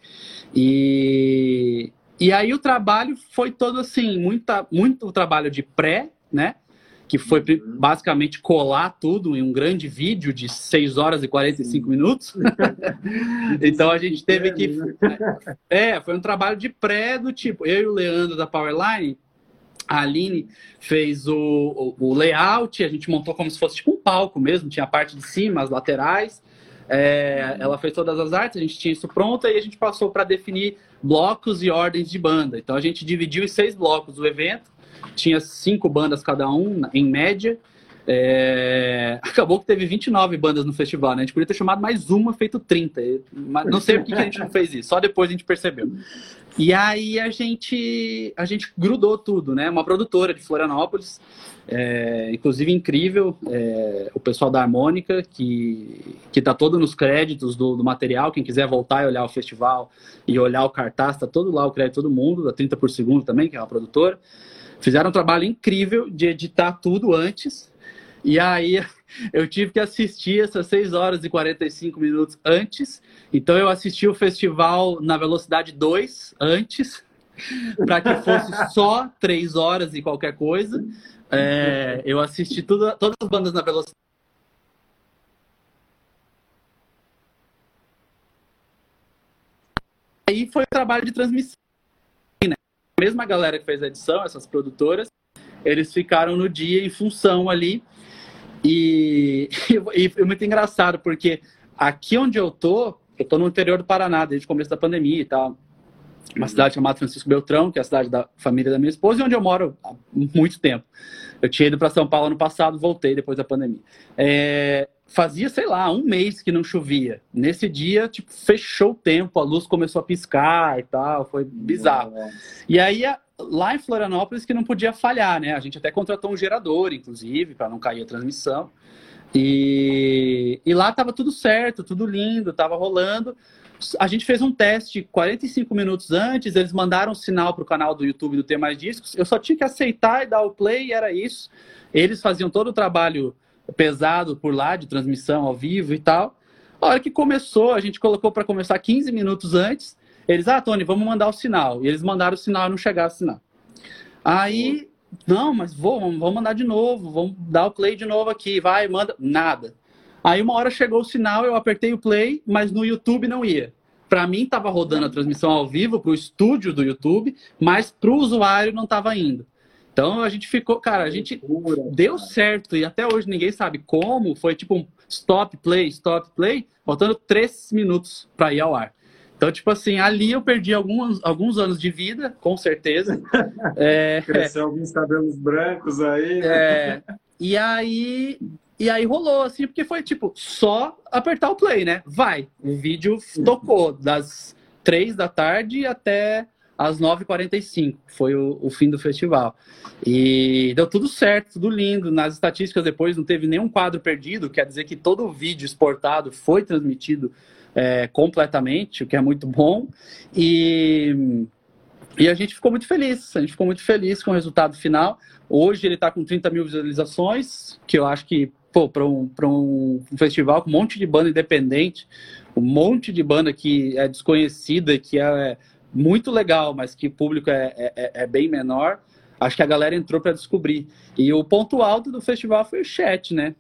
E, e aí o trabalho foi todo assim, muita, muito trabalho de pré, né? Que foi Uhum. basicamente colar tudo em um grande vídeo de seis horas e quarenta e cinco Sim. minutos. Então Vídeozinho a gente teve pequeno, que. né? É, foi um trabalho de pré do tipo, eu e o Leandro da Powerline, a Aline fez o, o, o layout, a gente montou como se fosse tipo um palco mesmo, tinha a parte de cima, as laterais. É, ela fez todas as artes, a gente tinha isso pronto e a gente passou para definir blocos e ordens de banda. Então a gente dividiu em seis blocos o evento, tinha cinco bandas cada um, em média. É, acabou que teve vinte e nove bandas no festival, né? A gente podia ter chamado mais uma, feito trinta. Mas não sei por que a gente não fez isso, só depois a gente percebeu. E aí a gente, a gente grudou tudo, né? Uma produtora de Florianópolis, é, inclusive incrível, é, o pessoal da Harmônica, que, que tá todo nos créditos do, do material. Quem quiser voltar e olhar o festival e olhar o cartaz, tá todo lá o crédito de todo mundo, da trinta por segundo também, que é uma produtora. Fizeram um trabalho incrível de editar tudo antes. E aí eu tive que assistir essas seis horas e quarenta e cinco minutos antes. Então eu assisti o festival na velocidade dois antes, para que fosse só três horas e qualquer coisa. É, eu assisti tudo, todas as bandas na velocidade. Aí foi o trabalho de transmissão, né? A mesma galera que fez a edição, essas produtoras, eles ficaram no dia em função ali. E, e foi muito engraçado, porque aqui onde eu tô, eu tô no interior do Paraná, desde o começo da pandemia e tal. uma cidade chamada Francisco Beltrão, que é a cidade da família da minha esposa e onde eu moro há muito tempo. Eu tinha ido para São Paulo ano passado, voltei depois da pandemia. É, fazia, sei lá, um mês que não chovia. Nesse dia, tipo, fechou o tempo, a luz começou a piscar e tal, foi bizarro. E aí, lá em Florianópolis, que não podia falhar, né? A gente até contratou um gerador, inclusive, para não cair a transmissão. E, e lá tava tudo certo, tudo lindo, tava rolando. A gente fez um teste quarenta e cinco minutos antes, eles mandaram um sinal para o canal do YouTube do Ter Mais Discos, eu só tinha que aceitar e dar o play e era isso. Eles faziam todo o trabalho pesado por lá, de transmissão ao vivo e tal. A hora que começou, a gente colocou para começar quinze minutos antes, eles, ah, Tony, vamos mandar o sinal. E eles mandaram o sinal e não chegava o sinal. Aí, não, mas vou, vamos mandar de novo, vamos dar o play de novo aqui, vai, manda, nada. Aí uma hora chegou o sinal, eu apertei o play, mas no YouTube não ia. Para mim estava rodando a transmissão ao vivo para o estúdio do YouTube, mas para o usuário não estava indo. Então a gente ficou, cara, a gente deu certo e até hoje ninguém sabe como, foi tipo um stop, play, stop, play, faltando três minutos para ir ao ar. Então, tipo assim, ali eu perdi alguns, alguns anos de vida, com certeza. É, Cresceu alguns cabelos brancos aí. Né? É, e aí... E aí rolou, assim, porque foi, tipo, só apertar o play, né? Vai. O vídeo tocou das três da tarde até as nove e quarenta e cinco. Foi o, o fim do festival. E deu tudo certo, tudo lindo. Nas estatísticas depois não teve nenhum quadro perdido. Quer dizer que todo o vídeo exportado foi transmitido é, completamente, o que é muito bom. E... E a gente ficou muito feliz, a gente ficou muito feliz com o resultado final. Hoje ele está com trinta mil visualizações, que eu acho que, pô, para um, para um festival com um monte de banda independente, um monte de banda que é desconhecida, que é muito legal, mas que o público é, é, é bem menor, acho que a galera entrou para descobrir. E o ponto alto do festival foi o chat, né?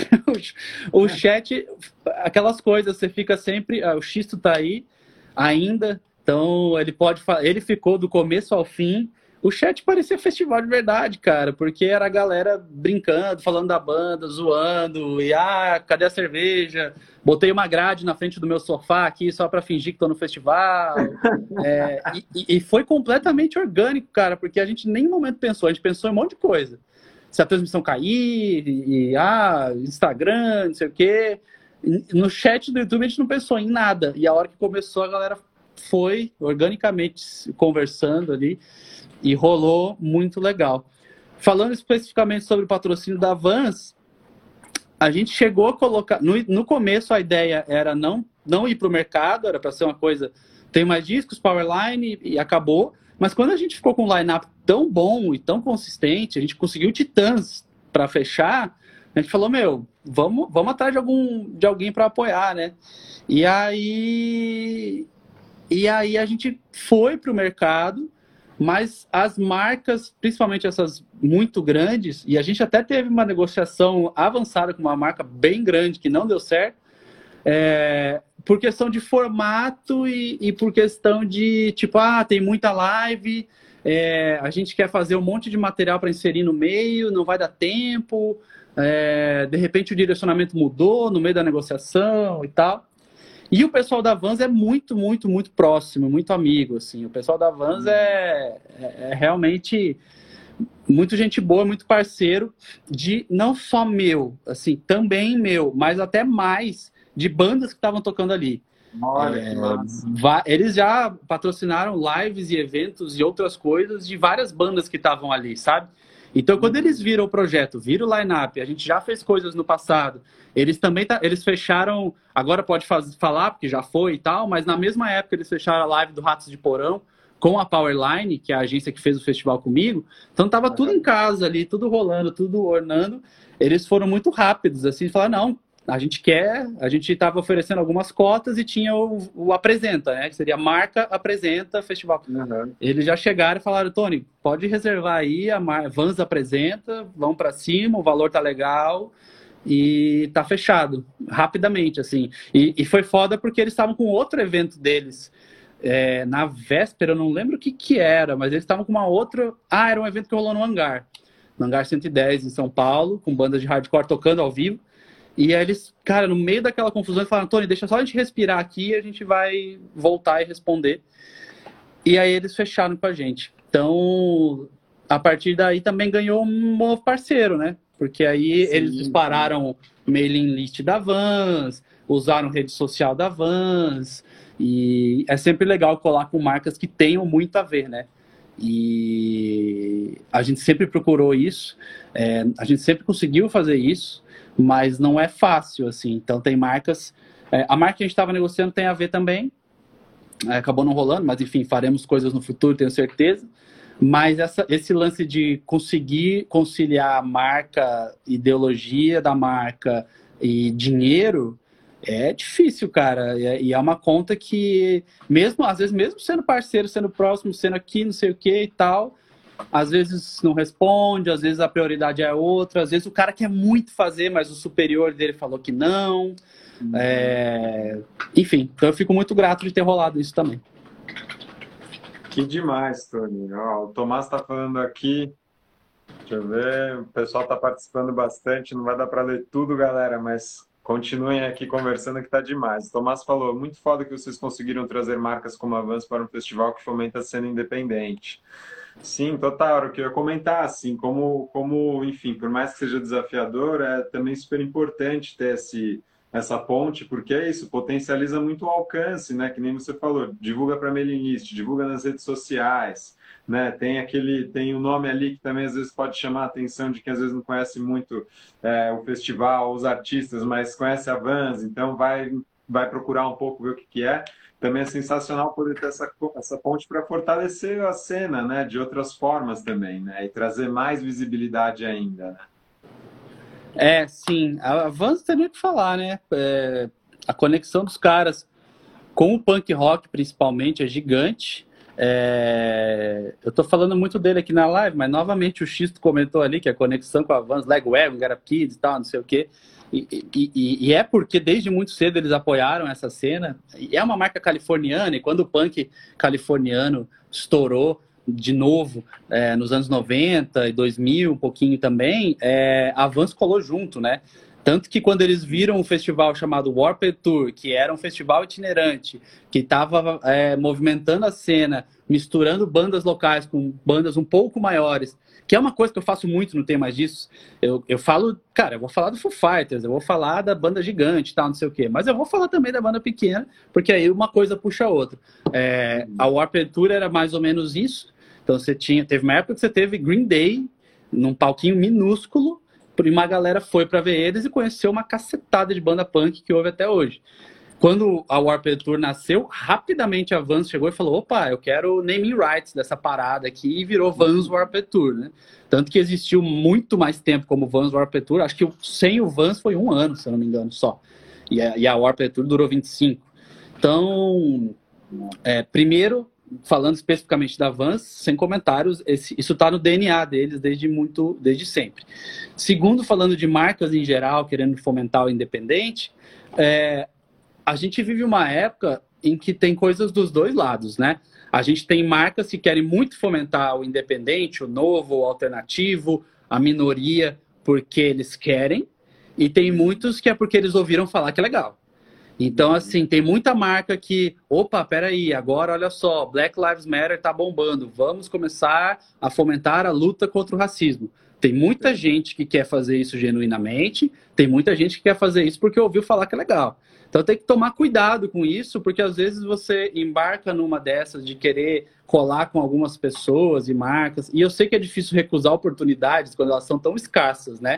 O chat, aquelas coisas, você fica sempre... O Xisto tá aí ainda... Então, ele pode falar, ele ficou do começo ao fim. O chat parecia festival de verdade, cara, porque era a galera brincando, falando da banda, zoando, e ah, cadê a cerveja? Botei uma grade na frente do meu sofá aqui só para fingir que tô no festival. É, e, e foi completamente orgânico, cara, porque a gente nem no momento pensou, a gente pensou em um monte de coisa. Se a transmissão cair, e, e ah, Instagram, não sei o quê. No chat do YouTube a gente não pensou em nada. E a hora que começou, a galera foi organicamente conversando ali e rolou muito legal. Falando especificamente sobre o patrocínio da Vans, a gente chegou a colocar... No, no começo a ideia era não, não ir para o mercado, era para ser uma coisa... Tem mais discos, Powerline e, e acabou. Mas quando a gente ficou com um line-up tão bom e tão consistente, a gente conseguiu Titãs para fechar, a gente falou, meu, vamos, vamos atrás de, algum, de alguém para apoiar, né? E aí... E aí a gente foi para o mercado, mas as marcas, principalmente essas muito grandes, e a gente até teve uma negociação avançada com uma marca bem grande que não deu certo, é, por questão de formato e, e por questão de, tipo, ah, tem muita live, é, a gente quer fazer um monte de material para inserir no meio, não vai dar tempo, é, de repente o direcionamento mudou no meio da negociação e tal. E o pessoal da Vans é muito, muito, muito próximo, muito amigo, assim. O pessoal da Vans é, é, é realmente muito gente boa, muito parceiro de não só meu, assim, também meu, mas até mais de bandas que estavam tocando ali. Olha, é, que massa. Eles já patrocinaram lives e eventos e outras coisas de várias bandas que estavam ali, sabe? Então, quando eles viram o projeto, viram o line-up, a gente já fez coisas no passado, eles também tá, eles fecharam, agora pode faz, falar, porque já foi e tal, mas na mesma época eles fecharam a live do Ratos de Porão com a Powerline, que é a agência que fez o festival comigo. Então, tava tudo em casa ali, tudo rolando, tudo ornando. Eles foram muito rápidos, assim, falaram, não, a gente quer, a gente estava oferecendo algumas cotas e tinha o, o Apresenta, né? Que seria Marca Apresenta Festival. Uhum. Eles já chegaram e falaram, Tony, pode reservar aí, a Mar... Vans Apresenta, vão para cima, o valor tá legal e tá fechado, rapidamente, assim. E, e foi foda porque eles estavam com outro evento deles, é, na véspera, eu não lembro o que que era, mas eles estavam com uma outra... Ah, era um evento que rolou no Hangar, no Hangar cento e dez, em São Paulo, com bandas de hardcore tocando ao vivo. E aí eles, cara, no meio daquela confusão, eles falaram, Tony, deixa só a gente respirar aqui e a gente vai voltar e responder. E aí eles fecharam com a gente. Então, a partir daí também ganhou um novo parceiro, né? Porque aí Sim, eles dispararam mailing list da Vans, usaram rede social da Vans, e é sempre legal colar com marcas que tenham muito a ver, né? E a gente sempre procurou isso, é, a gente sempre conseguiu fazer isso, mas não é fácil, assim. Então tem marcas... É, a marca que a gente estava negociando tem a ver também, é, acabou não rolando, mas enfim, faremos coisas no futuro, tenho certeza. Mas essa, esse lance de conseguir conciliar a marca, ideologia da marca e dinheiro é difícil, cara. E é, e é uma conta que, mesmo às vezes, mesmo sendo parceiro, sendo próximo, sendo aqui, não sei o que e tal, às vezes não responde, às vezes a prioridade é outra, às vezes o cara quer muito fazer, mas o superior dele falou que não. Uhum. É... Enfim, então eu fico muito grato de ter rolado isso também. Que demais, Tony. Ó, o Tomás está falando aqui, deixa eu ver, o pessoal está participando bastante, não vai dar para ler tudo, galera, mas continuem aqui conversando que está demais. O Tomás falou, muito foda que vocês conseguiram trazer marcas como a Vans para um festival que fomenta a cena independente. Sim, total, o que eu ia comentar, assim, como, como, enfim, por mais que seja desafiador, é também super importante ter esse... essa ponte, porque é isso, potencializa muito o alcance, né? Que nem você falou, divulga para mailing list, divulga nas redes sociais, né? Tem aquele, tem um nome ali que também às vezes pode chamar a atenção de quem às vezes não conhece muito é, o festival, os artistas, mas conhece a Vans, então vai, vai procurar um pouco ver o que, que é. Também é sensacional poder ter essa, essa ponte para fortalecer a cena, né? De outras formas também, né? E trazer mais visibilidade ainda, né? É, sim. A Vans tem nem o que falar, né? É, a conexão dos caras com o punk rock, principalmente, é gigante. É, eu tô falando muito dele aqui na live, mas novamente o Xisto comentou ali que a conexão com a Vans, Legwagon, Garap Kids e tal, não sei o quê. E, e, e, e é porque desde muito cedo eles apoiaram essa cena. E é uma marca californiana, e quando o punk californiano estourou de novo, é, nos anos noventa e dois mil, um pouquinho também, é, a Vans colou junto, né? Tanto que quando eles viram um festival chamado Warped Tour, que era um festival itinerante, que estava é, movimentando a cena, misturando bandas locais com bandas um pouco maiores, que é uma coisa que eu faço muito, não tem mais disso. Eu, eu falo, cara, eu vou falar do Foo Fighters, eu vou falar da banda gigante, tal, não sei o quê, mas eu vou falar também da banda pequena, porque aí uma coisa puxa a outra. É, a Warped Tour era mais ou menos isso. Então você tinha, teve uma época que você teve Green Day num palquinho minúsculo, e uma galera foi para ver eles e conheceu uma cacetada de banda punk que houve até hoje. Quando a Warped Tour nasceu, rapidamente a Vans chegou e falou, opa, eu quero naming rights dessa parada aqui, e virou Vans Warped Tour, né? Tanto que existiu muito mais tempo como Vans Warped Tour, acho que sem o Vans foi um ano, se eu não me engano, só. E a, e a Warped Tour durou vinte e cinco. Então, é, primeiro, falando especificamente da Vans, sem comentários, esse, isso está no D N A deles desde muito, desde sempre. Segundo, falando de marcas em geral, querendo fomentar o independente, é, a gente vive uma época em que tem coisas dos dois lados, né? A gente tem marcas que querem muito fomentar o independente, o novo, o alternativo, a minoria, porque eles querem, e tem muitos que é porque eles ouviram falar que é legal. Então, assim, tem muita marca que, opa, peraí, agora olha só, Black Lives Matter tá bombando, vamos começar a fomentar a luta contra o racismo. Tem muita gente que quer fazer isso genuinamente, tem muita gente que quer fazer isso porque ouviu falar que é legal. Então tem que tomar cuidado com isso, porque às vezes você embarca numa dessas de querer colar com algumas pessoas e marcas, e eu sei que é difícil recusar oportunidades quando elas são tão escassas, né?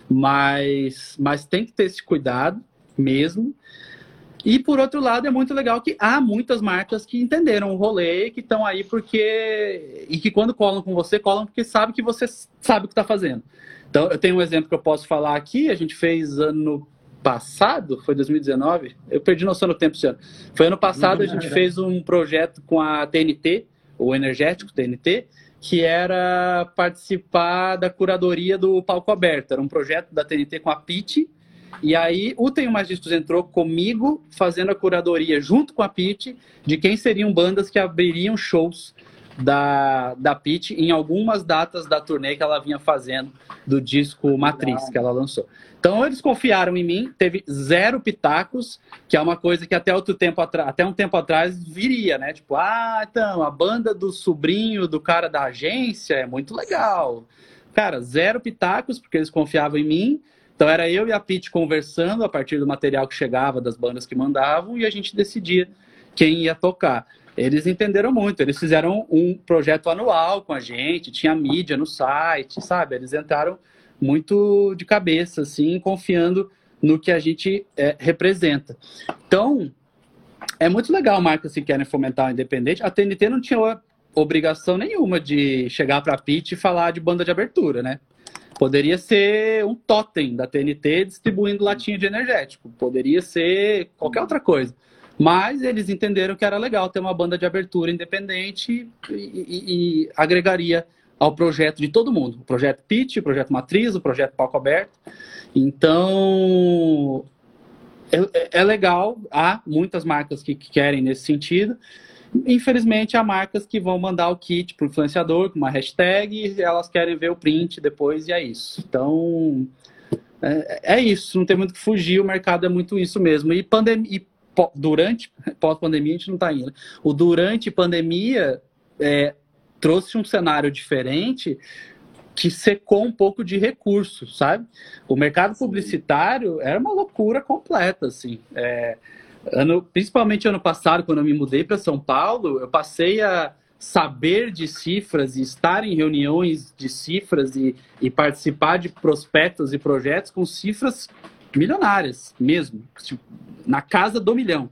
Mas, mas tem que ter esse cuidado mesmo. E, por outro lado, é muito legal que há muitas marcas que entenderam o rolê, que estão aí porque... E que quando colam com você, colam porque sabe que você sabe o que está fazendo. Então, eu tenho um exemplo que eu posso falar aqui. A gente fez ano passado, foi dois mil e dezenove? Eu perdi noção do tempo esse ano. Foi ano passado, a gente fez um projeto com a T N T, o Energético T N T, que era participar da curadoria do Palco Aberto. Era um projeto da T N T com a Pitty. E aí, o Tenho Mais Discos entrou comigo, fazendo a curadoria, junto com a Pitty, de quem seriam bandas que abririam shows da, da Pitty em algumas datas da turnê que ela vinha fazendo do disco Matriz, que ela lançou. Então eles confiaram em mim, teve zero pitacos, que é uma coisa que até outro tempo atrás, até um tempo atrás viria, né? Tipo, ah, então, a banda do sobrinho do cara da agência é muito legal. Cara, zero pitacos, porque eles confiavam em mim. Então era eu e a Pitty conversando a partir do material que chegava das bandas que mandavam e a gente decidia quem ia tocar. Eles entenderam muito, eles fizeram um projeto anual com a gente, tinha mídia no site, sabe? Eles entraram muito de cabeça, assim, confiando no que a gente é, representa. Então, é muito legal marcas que querem fomentar o independente. A T N T não tinha obrigação nenhuma de chegar para a Pitty e falar de banda de abertura, né? Poderia ser um totem da T N T distribuindo latinha de energético. Poderia ser qualquer outra coisa. Mas eles entenderam que era legal ter uma banda de abertura independente e, e, e agregaria ao projeto de todo mundo. O projeto Pitty, o projeto Matriz, o projeto Palco Aberto. Então, é, é legal. Há muitas marcas que, que querem nesse sentido. Infelizmente, há marcas que vão mandar o kit para o influenciador com uma hashtag e elas querem ver o print depois e é isso. Então, é, é isso. Não tem muito o que fugir. O mercado é muito isso mesmo. E pandemia... durante, pós-pandemia a gente não está indo. O durante pandemia é, trouxe um cenário diferente que secou um pouco de recursos, sabe? O mercado publicitário era uma loucura completa, assim. É, ano, principalmente ano passado, quando eu me mudei para São Paulo, eu passei a saber de cifras e estar em reuniões de cifras e, e participar de prospectos e projetos com cifras milionárias mesmo, tipo, na casa do milhão.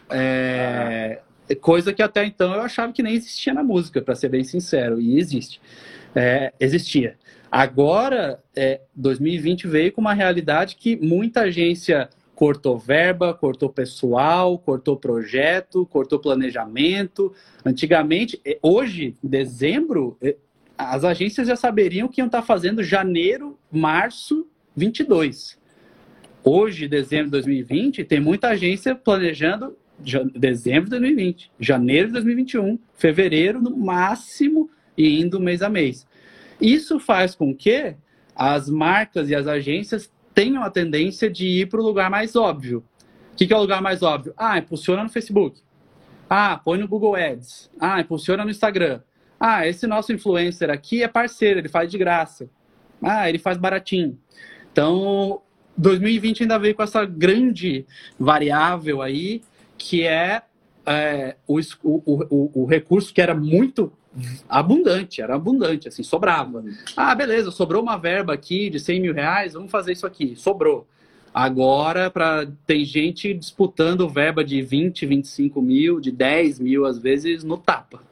É, coisa que até então eu achava que nem existia na música, para ser bem sincero, e existe. É, existia. Agora, é, dois mil e vinte veio com uma realidade que muita agência cortou verba, cortou pessoal, cortou projeto, cortou planejamento. Antigamente, hoje, em dezembro, as agências já saberiam que iam estar fazendo janeiro, março vinte e dois. Hoje, dezembro de dois mil e vinte, tem muita agência planejando dezembro de dois mil e vinte, janeiro de dois mil e vinte e um, fevereiro no máximo e indo mês a mês. Isso faz com que as marcas e as agências tenham a tendência de ir para o lugar mais óbvio. O que é o lugar mais óbvio? Ah, impulsiona no Facebook. Ah, põe no Google Ads. Ah, impulsiona no Instagram. Ah, esse nosso influencer aqui é parceiro, ele faz de graça. Ah, ele faz baratinho. Então, dois mil e vinte ainda veio com essa grande variável aí, que é, é o, o, o, o recurso que era muito abundante, era abundante, assim, sobrava. Ah, beleza, sobrou uma verba aqui de cem mil reais, vamos fazer isso aqui, sobrou. Agora, pra, tem gente disputando verba de vinte, vinte e cinco mil, de dez mil, às vezes, no tapa.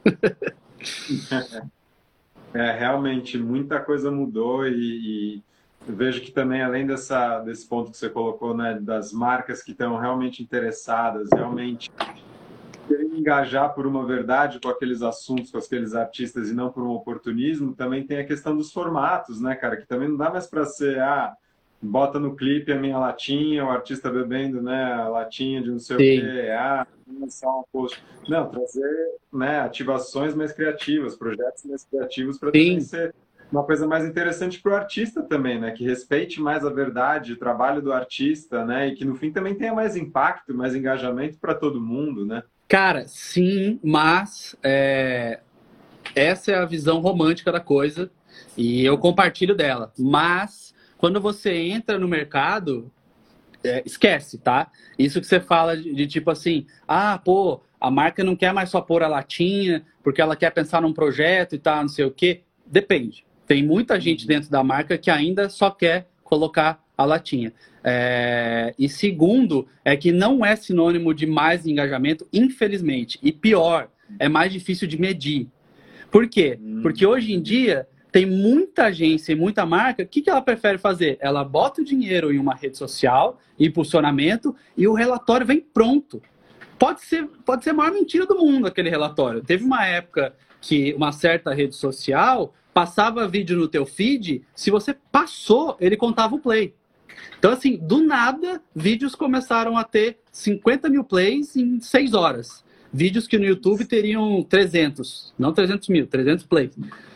É, realmente, muita coisa mudou e, e eu vejo que também, além dessa, desse ponto que você colocou, né, das marcas que estão realmente interessadas, realmente querem engajar por uma verdade com aqueles assuntos, com aqueles artistas e não por um oportunismo, também tem a questão dos formatos, né, cara? Que também não dá mais para ser, ah, bota no clipe a minha latinha, o artista bebendo, né, a latinha de não sei Sim. o quê, ah, lançar um post. Não, trazer, né, ativações mais criativas, projetos mais criativos para também ser uma coisa mais interessante para o artista também, né? Que respeite mais a verdade, o trabalho do artista, né? E que no fim também tenha mais impacto, mais engajamento para todo mundo, né? Cara, sim, mas é, essa é a visão romântica da coisa e eu compartilho dela. Mas quando você entra no mercado, é, esquece, tá? Isso que você fala de, de tipo assim, ah, pô, a marca não quer mais só pôr a latinha porque ela quer pensar num projeto e tal, não sei o quê. Depende. Tem muita gente dentro da marca que ainda só quer colocar a latinha. É... E segundo, é que não é sinônimo de mais engajamento, infelizmente. E pior, é mais difícil de medir. Por quê? Porque hoje em dia tem muita agência e muita marca, o que, que ela prefere fazer? Ela bota o dinheiro em uma rede social, impulsionamento, e o relatório vem pronto. Pode ser, pode ser a maior mentira do mundo aquele relatório. Teve uma época que uma certa rede social passava vídeo no teu feed, se você passou, ele contava o play. Então, assim, do nada, vídeos começaram a ter cinquenta mil plays em seis horas. vídeos que no YouTube teriam trezentos, não trezentos mil, trezentos plays.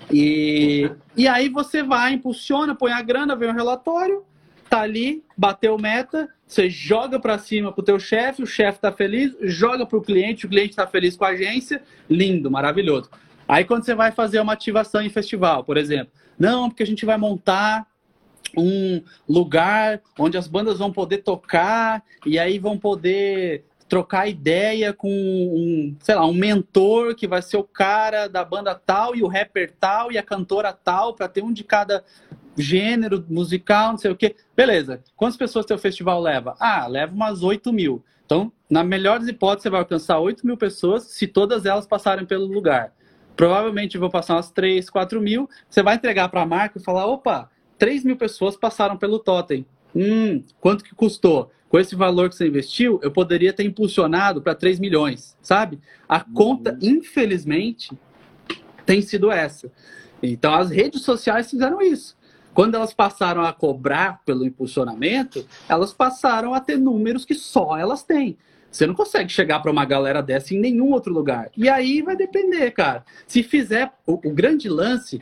E, e aí você vai, impulsiona, põe a grana, vem o relatório, tá ali, bateu meta, você joga para cima pro teu chefe, o chefe tá feliz, joga pro cliente, o cliente tá feliz com a agência, lindo, maravilhoso. Aí quando você vai fazer uma ativação em festival, por exemplo, não, porque a gente vai montar um lugar onde as bandas vão poder tocar e aí vão poder trocar ideia com um, sei lá, um mentor que vai ser o cara da banda tal e o rapper tal e a cantora tal, para ter um de cada gênero musical, não sei o quê. Beleza. Quantas pessoas teu festival leva? Ah, leva umas oito mil. Então, na melhor das hipóteses, você vai alcançar oito mil pessoas se todas elas passarem pelo lugar. Provavelmente vão passar umas três, quatro mil. Você vai entregar para a marca e falar, opa, três mil pessoas passaram pelo Totem. Hum, quanto que custou? Com esse valor que você investiu, eu poderia ter impulsionado para três milhões, sabe? A conta, uhum. infelizmente, tem sido essa. Então, as redes sociais fizeram isso. Quando elas passaram a cobrar pelo impulsionamento, elas passaram a ter números que só elas têm. Você não consegue chegar para uma galera dessa em nenhum outro lugar. E aí vai depender, cara. Se fizer o, o grande lance...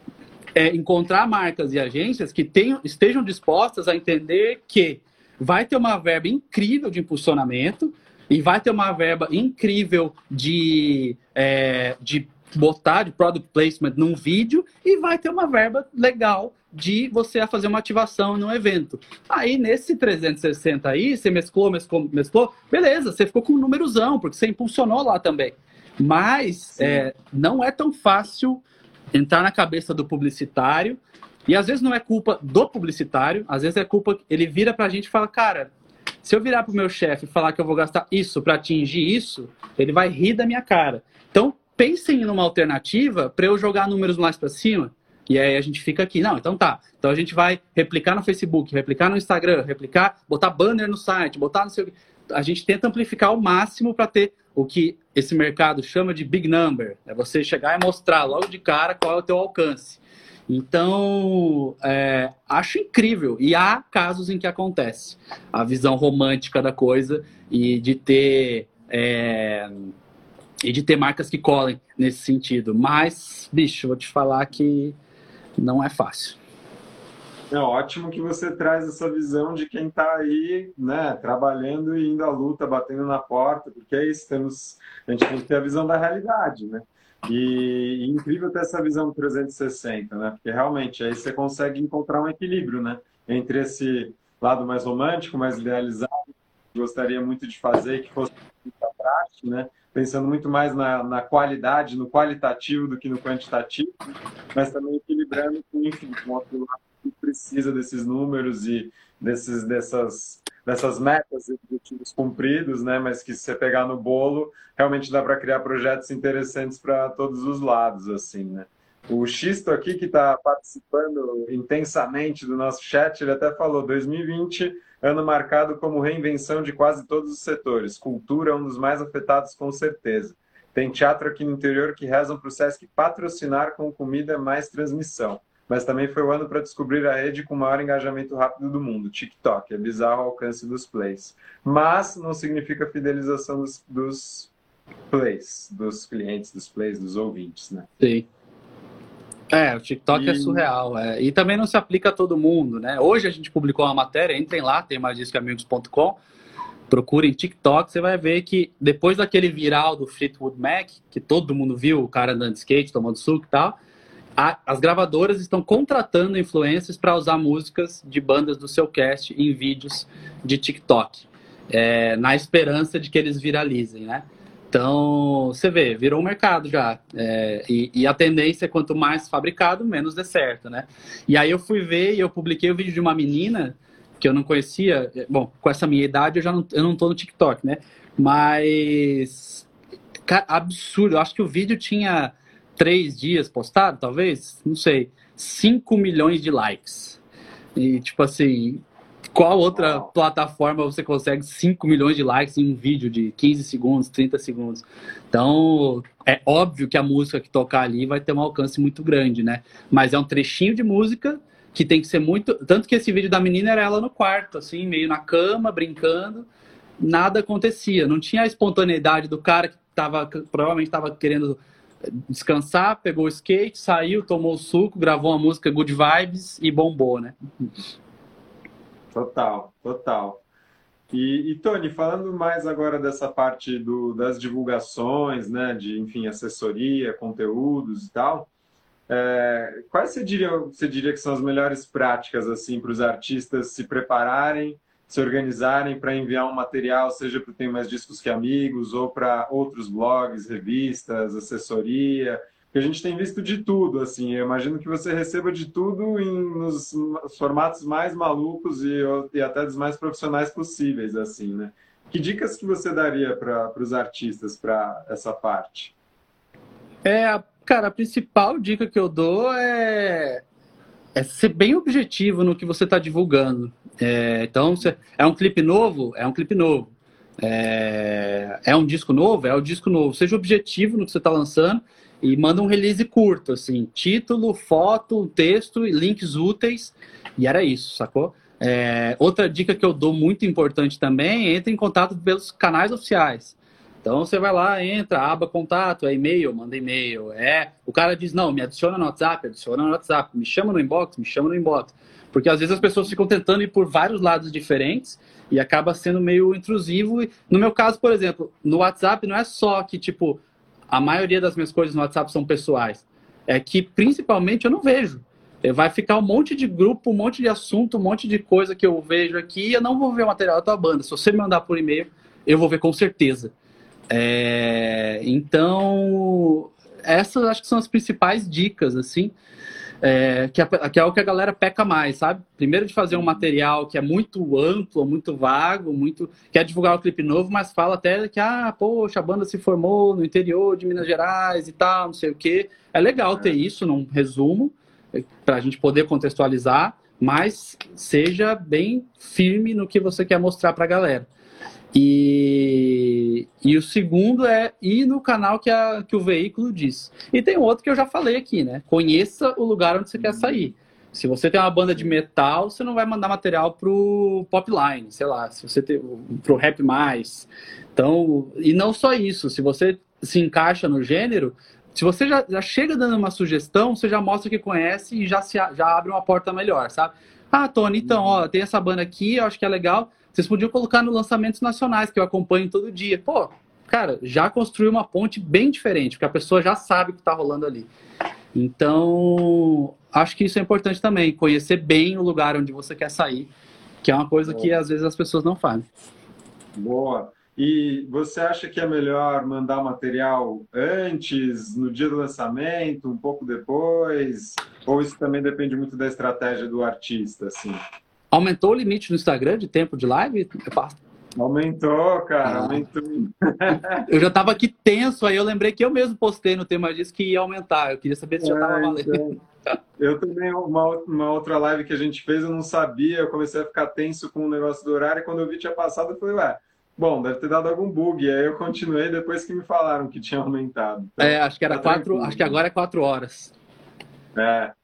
é encontrar marcas e agências que tenham, estejam dispostas a entender que vai ter uma verba incrível de impulsionamento e vai ter uma verba incrível de, é, de botar de product placement num vídeo e vai ter uma verba legal de você fazer uma ativação num evento. Aí, nesse trezentos e sessenta aí, você mesclou, mesclou, mesclou, beleza, você ficou com um númerozão, porque você impulsionou lá também. Mas é, não é tão fácil entrar na cabeça do publicitário, e às vezes não é culpa do publicitário, às vezes é culpa, ele vira pra gente e fala, cara, se eu virar pro meu chefe e falar que eu vou gastar isso para atingir isso, ele vai rir da minha cara. Então, pensem numa alternativa para eu jogar números mais para cima, e aí a gente fica aqui, não, então tá, então a gente vai replicar no Facebook, replicar no Instagram, replicar, botar banner no site, botar no seu... A gente tenta amplificar ao máximo para ter o que esse mercado chama de big number. É você chegar e mostrar logo de cara qual é o teu alcance. Então, é, acho incrível. E há casos em que acontece. A visão romântica da coisa e de ter, é, e de ter marcas que colhem nesse sentido. Mas, bicho, vou te falar que não é fácil. É ótimo que você traz essa visão de quem está aí, né, trabalhando e indo à luta, batendo na porta, porque é isso, temos, a gente tem que ter a visão da realidade, né? E, e incrível ter essa visão do trezentos e sessenta, né? Porque realmente aí você consegue encontrar um equilíbrio, né? Entre esse lado mais romântico, mais idealizado, que gostaria muito de fazer e que fosse muita prática, né? Pensando muito mais na, na qualidade, no qualitativo do que no quantitativo, mas também equilibrando com, enfim, com outro lado que precisa desses números e desses, dessas, dessas metas e objetivos cumpridos, né? Mas que se você pegar no bolo, realmente dá para criar projetos interessantes para todos os lados, assim, né? O Xisto aqui, que está participando intensamente do nosso chat, ele até falou, dois mil e vinte, ano marcado como reinvenção de quase todos os setores. Cultura é um dos mais afetados, com certeza. Tem teatro aqui no interior que rezam para o Sesc patrocinar com comida mais transmissão. Mas também foi o ano para descobrir a rede com o maior engajamento rápido do mundo, TikTok. É bizarro o alcance dos plays. Mas não significa fidelização dos, dos plays, dos clientes, dos plays, dos ouvintes, né? Sim. É, o TikTok e... é surreal. É. E também não se aplica a todo mundo, né? Hoje a gente publicou uma matéria, entrem lá, tem mais disco amigos ponto com, procurem TikTok, você vai ver que depois daquele viral do Fleetwood Mac, que todo mundo viu, o cara andando de skate, tomando suco e tal, a, as gravadoras estão contratando influencers para usar músicas de bandas do seu cast em vídeos de TikTok, é, na esperança de que eles viralizem, né? Então, você vê, virou um mercado já. É, e, e a tendência é quanto mais fabricado, menos dê certo, né? E aí eu fui ver e eu publiquei o vídeo de uma menina que eu não conhecia. Bom, com essa minha idade eu já não, eu não tô no TikTok, né? Mas, cara, absurdo. Eu acho que o vídeo tinha três dias postado, talvez, não sei. cinco milhões de likes. E, tipo assim... Qual outra plataforma você consegue cinco milhões de likes em um vídeo de quinze segundos, trinta segundos? Então, é óbvio que a música que tocar ali vai ter um alcance muito grande, né? Mas é um trechinho de música que tem que ser muito... Tanto que esse vídeo da menina era ela no quarto, assim, meio na cama, brincando. Nada acontecia. Não tinha a espontaneidade do cara que tava, provavelmente estava querendo descansar, pegou o skate, saiu, tomou o suco, gravou uma música Good Vibes e bombou, né? Total, total. E, e Tony, falando mais agora dessa parte do, das divulgações, né, de, enfim, assessoria, conteúdos e tal, é, quais você diria, você diria que são as melhores práticas, assim, para os artistas se prepararem, se organizarem para enviar um material, seja para o Tem Mais Discos Que Amigos, ou para outros blogs, revistas, assessoria? Porque a gente tem visto de tudo, assim, eu imagino que você receba de tudo em, nos formatos mais malucos e, e até dos mais profissionais possíveis, assim, né? Que dicas que você daria para os artistas para essa parte? É, cara, a principal dica que eu dou é, é ser bem objetivo no que você está divulgando. É, então, se é um clipe novo? É um clipe novo. É, é um disco novo? É um disco novo. Seja objetivo no que você está lançando e manda um release curto, assim, título, foto, texto e links úteis, e era isso, sacou? É, outra dica que eu dou muito importante também, entre em contato pelos canais oficiais. Então você vai lá, entra, aba contato, é e-mail, manda e-mail, é... O cara diz, não, me adiciona no WhatsApp, adiciona no WhatsApp, me chama no inbox, me chama no inbox. Porque às vezes as pessoas ficam tentando ir por vários lados diferentes e acaba sendo meio intrusivo. No meu caso, por exemplo, no WhatsApp não é só que, tipo, a maioria das minhas coisas no WhatsApp são pessoais. É que, principalmente, eu não vejo. Vai ficar um monte de grupo, um monte de assunto, um monte de coisa que eu vejo aqui e eu não vou ver o material da tua banda. Se você me mandar por e-mail, eu vou ver com certeza. É... Então, essas acho que são as principais dicas, assim, é... Que, a... que é o que a galera peca mais, sabe? Primeiro de fazer um material que é muito amplo, muito vago, muito... quer divulgar o clipe novo, mas fala até que, ah, poxa, a banda se formou no interior de Minas Gerais e tal, não sei o quê. É legal ter isso num resumo, para a gente poder contextualizar, mas seja bem firme no que você quer mostrar para a galera. E, e o segundo é ir no canal que, a, que o veículo diz. E tem outro que eu já falei aqui, né? Conheça o lugar onde você quer sair. Se você tem uma banda de metal, você não vai mandar material pro Popline, sei lá, se você tem pro Rap Mais. Então, e não só isso, se você se encaixa no gênero, se você já, já chega dando uma sugestão, você já mostra que conhece e já, se, já abre uma porta melhor, sabe? Ah, Tony, então, ó, tem essa banda aqui, eu acho que é legal. Vocês podiam colocar nos lançamentos nacionais, que eu acompanho todo dia. Pô, cara, já construiu uma ponte bem diferente, porque a pessoa já sabe o que tá rolando ali. Então, acho que isso é importante também, conhecer bem o lugar onde você quer sair, que é uma coisa que às vezes as pessoas não fazem. Boa. E você acha que é melhor mandar material antes, no dia do lançamento, um pouco depois? Ou isso também depende muito da estratégia do artista, assim? Aumentou o limite no Instagram de tempo de live? Aumentou, cara, ah. aumentou. Eu já tava aqui tenso, aí eu lembrei que eu mesmo postei no tema disso que ia aumentar. Eu queria saber se já tava é, valendo. Então, eu também, uma, uma outra live que a gente fez, eu não sabia, eu comecei a ficar tenso com o negócio do horário, e quando eu vi tinha passado, eu falei, ué, bom, deve ter dado algum bug. E aí eu continuei depois que me falaram que tinha aumentado. Então, é, acho que era tá quatro, acho que agora é quatro horas. É.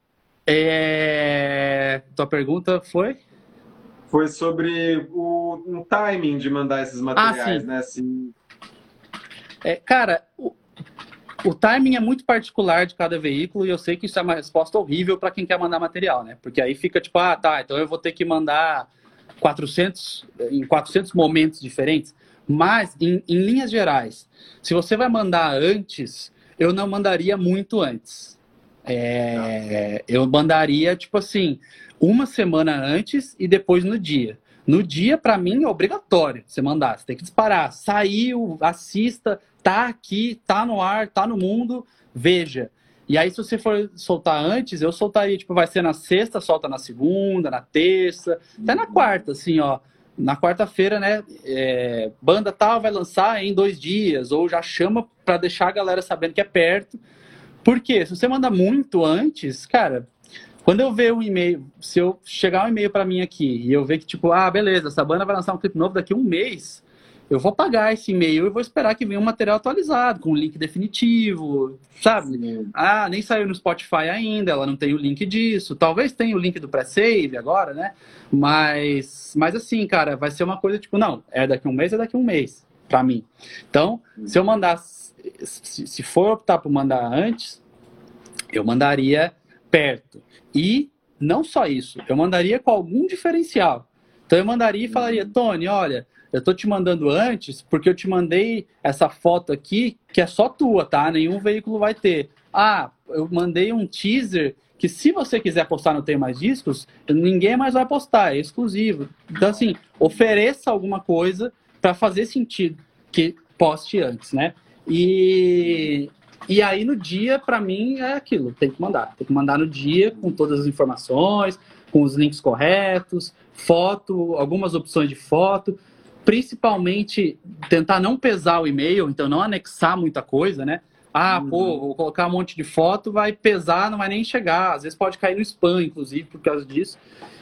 é... Tua pergunta foi? Foi sobre o um timing de mandar esses materiais, ah, né? Assim... É, cara, o, o timing é muito particular de cada veículo e eu sei que isso é uma resposta horrível para quem quer mandar material, né? Porque aí fica tipo, ah, tá, então eu vou ter que mandar quatrocentos, em quatrocentos momentos diferentes. Mas, em, em linhas gerais, se você vai mandar antes, eu não mandaria muito antes. É, eu mandaria, tipo assim, uma semana antes e depois no dia. No dia, para mim, é obrigatório você mandar. Você tem que disparar. Saiu, assista, tá aqui, tá no ar, tá no mundo, veja. E aí, se você for soltar antes, eu soltaria, tipo, vai ser na sexta, solta na segunda, na terça, até na quarta, assim, ó. Na quarta-feira, né, é, banda tal vai lançar em dois dias, ou já chama para deixar a galera sabendo que é perto. Por quê? Se você manda muito antes, cara, quando eu ver um e-mail, se eu chegar um e-mail para mim aqui e eu ver que, tipo, ah, beleza, essa banda vai lançar um clipe novo daqui a um mês, eu vou pagar esse e-mail e vou esperar que venha um material atualizado, com um link definitivo, sabe? Sim. Ah, nem saiu no Spotify ainda, ela não tem o link disso. Talvez tenha o link do pré-save agora, né? Mas, mas assim, cara, vai ser uma coisa tipo, não, é daqui a um mês, é daqui a um mês. para mim. Então, se eu mandar, se, se for optar por mandar antes, eu mandaria perto. E não só isso, eu mandaria com algum diferencial. Então eu mandaria e falaria, Tony, olha, eu tô te mandando antes porque eu te mandei essa foto aqui que é só tua, tá? Nenhum veículo vai ter. Ah, eu mandei um teaser que se você quiser postar no Tenho Mais Discos, ninguém mais vai postar, é exclusivo. Então, assim, ofereça alguma coisa para fazer sentido que poste antes, né? E, e aí, no dia, para mim, é aquilo, tem que mandar. Tem que mandar no dia, com todas as informações, com os links corretos, foto, algumas opções de foto, principalmente tentar não pesar o e-mail, então não anexar muita coisa, né? Ah, uhum. pô, vou colocar um monte de foto, vai pesar, não vai nem chegar. Às vezes pode cair no spam, inclusive, por causa disso.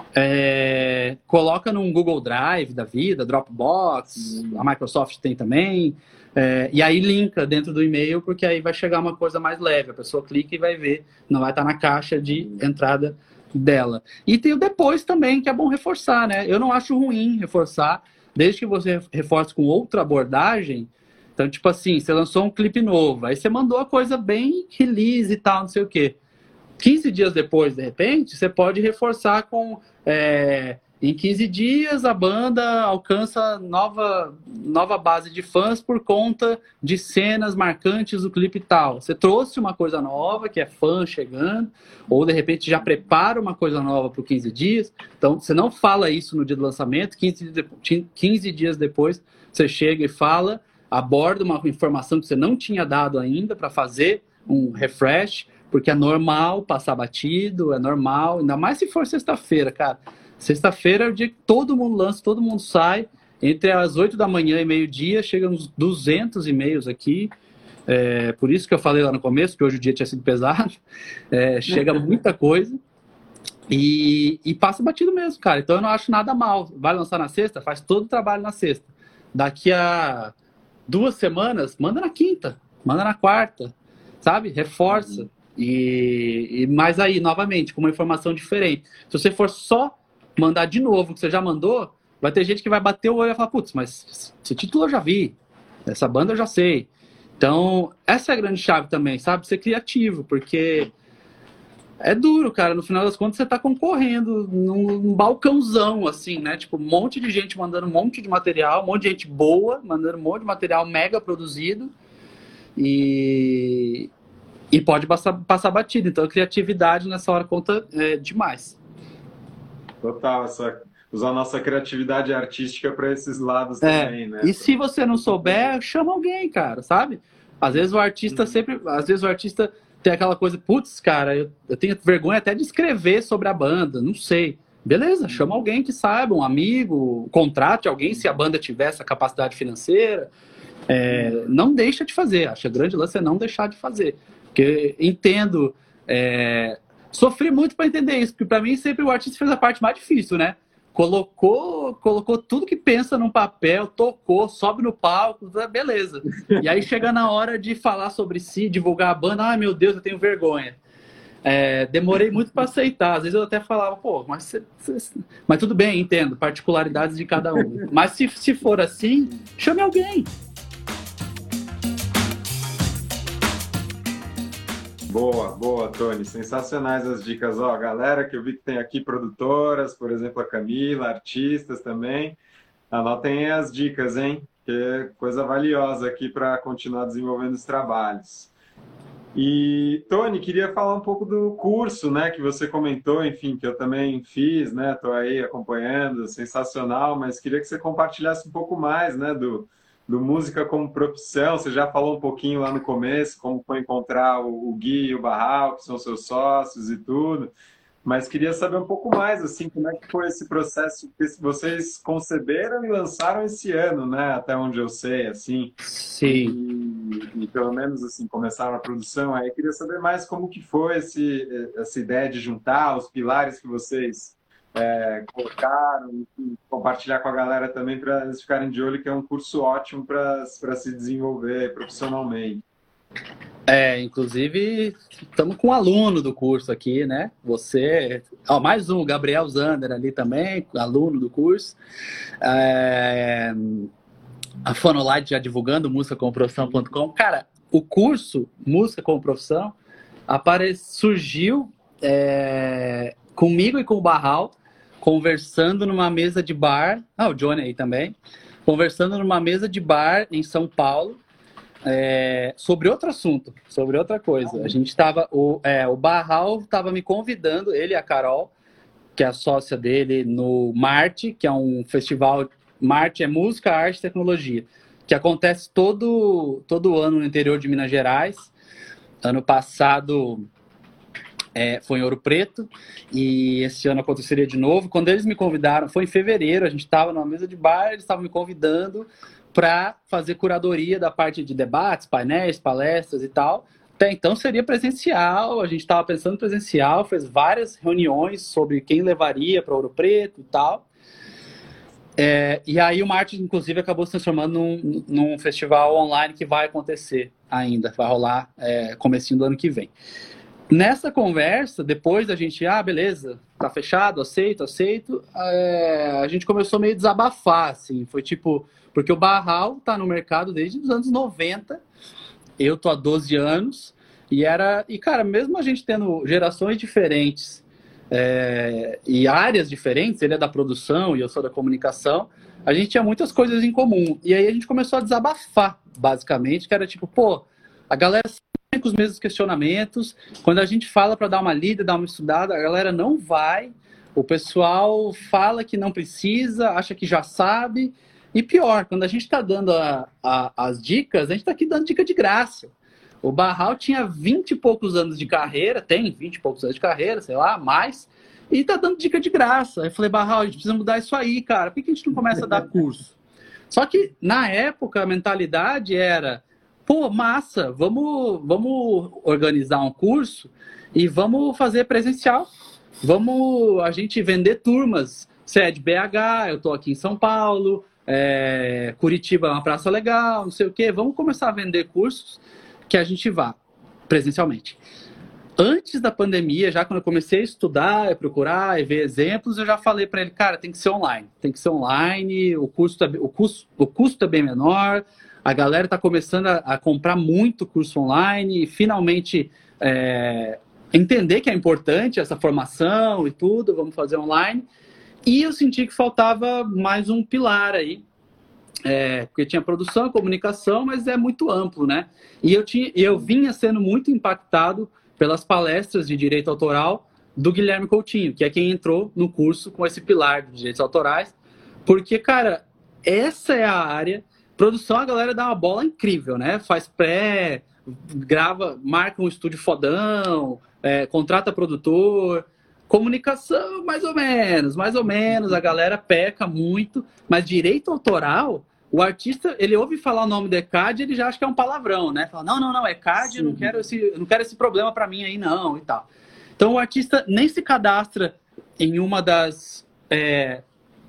É, coloca num Google Drive da vida, Dropbox, uhum. a Microsoft tem também. É, e aí linka dentro do e-mail, porque aí vai chegar uma coisa mais leve. A pessoa clica e vai ver, não vai estar na caixa de entrada dela. E tem o depois também, que é bom reforçar, né? Eu não acho ruim reforçar, desde que você reforce com outra abordagem. Então, tipo assim, você lançou um clipe novo, aí você mandou a coisa bem release e tal, não sei o quê. quinze dias depois, de repente, você pode reforçar com... É, em quinze dias, a banda alcança nova, nova base de fãs por conta de cenas marcantes do clipe e tal. Você trouxe uma coisa nova, que é fã chegando, ou, de repente, já prepara uma coisa nova para quinze dias. Então, você não fala isso no dia do lançamento, quinze dias depois, você chega e fala... aborda uma informação que você não tinha dado ainda para fazer um refresh, porque é normal passar batido, é normal, ainda mais se for sexta-feira, cara. Sexta-feira é o dia que todo mundo lança, todo mundo sai, entre as oito da manhã e meio-dia, chegam uns duzentos e-mails aqui, é, por isso que eu falei lá no começo, que hoje o dia tinha sido pesado, é, chega muita coisa, e, e passa batido mesmo, cara. Então eu não acho nada mal. Vai lançar na sexta? Faz todo o trabalho na sexta. Daqui a duas semanas, manda na quinta, manda na quarta, sabe? Reforça. Uhum. E, e mas aí, novamente, com uma informação diferente. Se você for só mandar de novo o que você já mandou, vai ter gente que vai bater o olho e falar, putz, mas esse título eu já vi, essa banda eu já sei. Então, essa é a grande chave também, sabe? Ser criativo, porque é duro, cara. No final das contas, você tá concorrendo num, num balcãozão, assim, né? Tipo, um monte de gente mandando um monte de material, um monte de gente boa, mandando um monte de material mega produzido e, e pode passar, passar batido. Então, a criatividade nessa hora conta é, demais. Total, essa, usar a nossa criatividade artística para esses lados é, também, né? E se você não souber, chama alguém, cara, sabe? Às vezes o artista uhum. sempre... Às vezes o artista... tem aquela coisa, putz, cara, eu, eu tenho vergonha até de escrever sobre a banda, não sei. Beleza, chama alguém que saiba, um amigo, contrate alguém se a banda tiver essa capacidade financeira. É, não deixa de fazer, acho que a grande lance é não deixar de fazer. Porque entendo, é, sofri muito para entender isso, porque para mim sempre o artista fez a parte mais difícil, né? Colocou, colocou tudo que pensa num papel, tocou, sobe no palco, beleza. E aí chega na hora de falar sobre si, divulgar a banda, ai meu Deus, eu tenho vergonha. É, demorei muito para aceitar. Às vezes eu até falava, pô, mas, cê, cê... mas tudo bem, entendo, particularidades de cada um. Mas se, se for assim, chame alguém. Boa, boa, Tony. Sensacionais as dicas. Ó, galera que eu vi que tem aqui produtoras, por exemplo, a Camila, artistas também. Anotem as dicas, hein? Que é coisa valiosa aqui para continuar desenvolvendo os trabalhos. E, Tony, queria falar um pouco do curso, né, que você comentou, enfim, que eu também fiz, né? Estou aí acompanhando, sensacional, mas queria que você compartilhasse um pouco mais, né, do do Música como Profissão. Você já falou um pouquinho lá no começo, como foi encontrar o, o Gui e o Barral, que são seus sócios e tudo, mas queria saber um pouco mais, assim, como é que foi esse processo que vocês conceberam e lançaram esse ano, né, até onde eu sei, assim. Sim. E, e pelo menos, assim, começaram a produção, aí queria saber mais como que foi esse, essa ideia de juntar os pilares que vocês É, colocaram, enfim, compartilhar com a galera também para eles ficarem de olho, que é um curso ótimo para se desenvolver profissionalmente. É, inclusive, estamos com um aluno do curso aqui, né? Você, ó, mais um, Gabriel Zander ali também, aluno do curso. É, a Fonolight já divulgando música como profissão ponto com. Cara, o curso Música como Profissão apare... surgiu é... comigo e com o Barral, conversando numa mesa de bar. Ah, o Johnny aí também. Conversando numa mesa de bar em São Paulo, é... sobre outro assunto, sobre outra coisa. A gente estava. O, é, o Barral estava me convidando, ele e a Carol, que é a sócia dele, no Marte, que é um festival. Marte é Música, Arte e Tecnologia, que acontece todo, todo ano no interior de Minas Gerais. Ano passado é, foi em Ouro Preto, e esse ano aconteceria de novo. Quando eles me convidaram, foi em fevereiro, a gente estava numa mesa de bar, eles estavam me convidando para fazer curadoria da parte de debates, painéis, palestras e tal. Até então seria presencial, a gente estava pensando presencial, fez várias reuniões sobre quem levaria para Ouro Preto e tal. É, e aí o Marte, inclusive, acabou se transformando num, num festival online que vai acontecer ainda, vai rolar é, comecinho do ano que vem. Nessa conversa, depois da gente, ah, beleza, tá fechado, aceito, aceito, é, a gente começou meio a desabafar, assim, foi tipo, porque o Barral tá no mercado desde os anos noventa, eu tô há doze anos, e era, e cara, mesmo a gente tendo gerações diferentes, É, e áreas diferentes, ele é da produção e eu sou da comunicação, a gente tinha muitas coisas em comum. E aí a gente começou a desabafar, basicamente, que era tipo, pô, a galera sempre com os mesmos questionamentos, quando a gente fala para dar uma lida, dar uma estudada, a galera não vai, o pessoal fala que não precisa, acha que já sabe, e pior, quando a gente está dando a, a, as dicas, a gente está aqui dando dica de graça. O Barral tinha vinte e poucos anos de carreira, tem vinte e poucos anos de carreira, sei lá, mais, e tá dando dica de graça. Aí eu falei, Barral, a gente precisa mudar isso aí, cara. Por que a gente não começa a dar curso? Só que, na época, a mentalidade era, pô, massa, vamos, vamos organizar um curso e vamos fazer presencial. Vamos a gente vender turmas. Você é de B H, eu tô aqui em São Paulo, é, Curitiba é uma praça legal, não sei o quê. Vamos começar a vender cursos que a gente vá presencialmente. Antes da pandemia, já quando eu comecei a estudar, a procurar e ver exemplos, eu já falei para ele, cara, tem que ser online. Tem que ser online, o custo é, o custo, o custo é bem menor, a galera está começando a, a comprar muito curso online e finalmente é, entender que é importante essa formação e tudo, vamos fazer online. E eu senti que faltava mais um pilar aí, É, porque tinha produção, comunicação, mas é muito amplo, né? E eu, tinha, eu vinha sendo muito impactado pelas palestras de direito autoral do Guilherme Coutinho, que é quem entrou no curso com esse pilar de direitos autorais, porque, cara, essa é a área. Produção, a galera dá uma bola incrível, né? Faz pré, grava, marca um estúdio fodão, é, contrata produtor. Comunicação, mais ou menos, mais ou menos, a galera peca muito, mas direito autoral, o artista, ele ouve falar o nome do ECAD, ele já acha que é um palavrão, né? Fala, não, não, não, ECAD, eu não quero esse, eu não quero esse problema para mim aí, não, e tal. Então o artista nem se cadastra em uma das, é,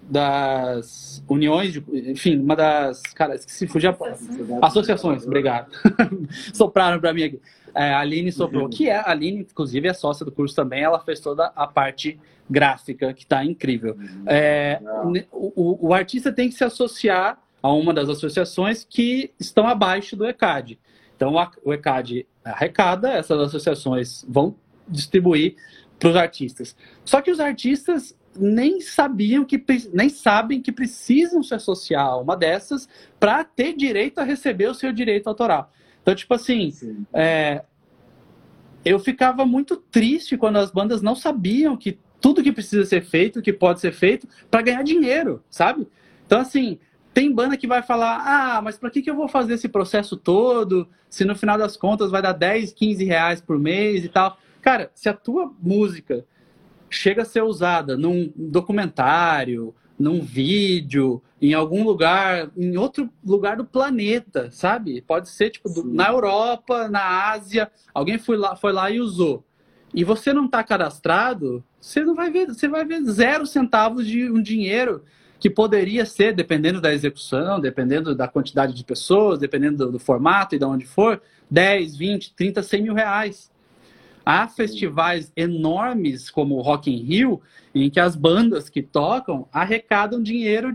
das uniões, de, enfim, uma das, cara, esqueci, fugia, associações, associações obrigado. Sopraram para mim aqui. É, a Aline soprou, uhum. que é, a Aline, inclusive, é sócia do curso também, ela fez toda a parte gráfica, que está incrível. Uhum. É, o, o artista tem que se associar a uma das associações que estão abaixo do ECAD. Então, o ECAD arrecada, essas associações vão distribuir para os artistas. Só que os artistas nem sabiam que nem sabem que precisam se associar a uma dessas para ter direito a receber o seu direito autoral. Então, tipo assim, é, eu ficava muito triste quando as bandas não sabiam que tudo que precisa ser feito, que pode ser feito, para ganhar dinheiro, sabe? Então, assim, tem banda que vai falar, ah, mas para que, que eu vou fazer esse processo todo, se no final das contas vai dar dez, quinze reais por mês e tal. Cara, se a tua música chega a ser usada num documentário, num vídeo, em algum lugar, em outro lugar do planeta, sabe? Pode ser, tipo, do, na Europa, na Ásia, alguém foi lá, foi lá e usou. E você não está cadastrado, você não vai ver, você vai ver zero centavos de um dinheiro que poderia ser, dependendo da execução, dependendo da quantidade de pessoas, dependendo do, do formato e de onde for, dez, vinte, trinta, cem mil reais. Há festivais enormes como o Rock in Rio, em que as bandas que tocam arrecadam dinheiro de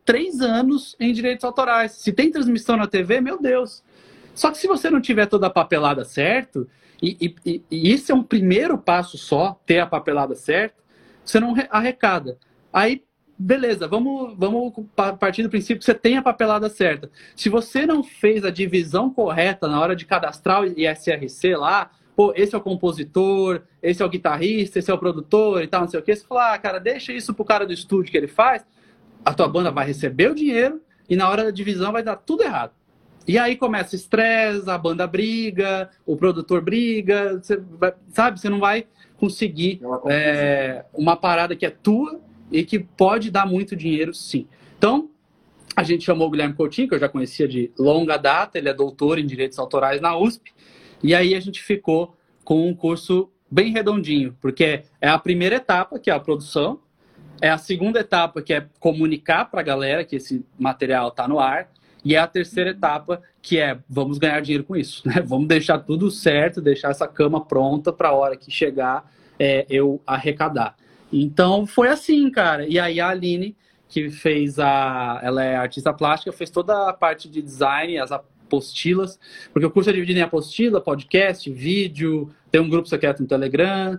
três anos em direitos autorais. Se tem transmissão na T V, meu Deus. Só que se você não tiver toda a papelada certo, e, e, e esse é um primeiro passo só, ter a papelada certa, você não arrecada. Aí, beleza, vamos, vamos partir do princípio que você tem a papelada certa. Se você não fez a divisão correta na hora de cadastrar o I S R C lá, pô, esse é o compositor, esse é o guitarrista, esse é o produtor e tal, não sei o que, você fala, ah, cara, deixa isso pro cara do estúdio que ele faz, a tua banda vai receber o dinheiro e na hora da divisão vai dar tudo errado. E aí começa estresse, a banda briga, o produtor briga, você vai, sabe? Você não vai conseguir é, uma parada que é tua e que pode dar muito dinheiro, sim. Então, a gente chamou o Guilherme Coutinho, que eu já conhecia de longa data, ele é doutor em Direitos Autorais na U S P, e aí a gente ficou com um curso bem redondinho, porque é a primeira etapa, que é a produção, é a segunda etapa, que é comunicar para a galera que esse material está no ar, e é a terceira etapa, que é vamos ganhar dinheiro com isso, né? Vamos deixar tudo certo, deixar essa cama pronta para a hora que chegar é, eu arrecadar. Então foi assim, cara. E aí a Aline, que fez a... Ela é artista plástica, fez toda a parte de design, as apostilas, porque o curso é dividido em apostila, podcast, vídeo, tem um grupo secreto no Telegram,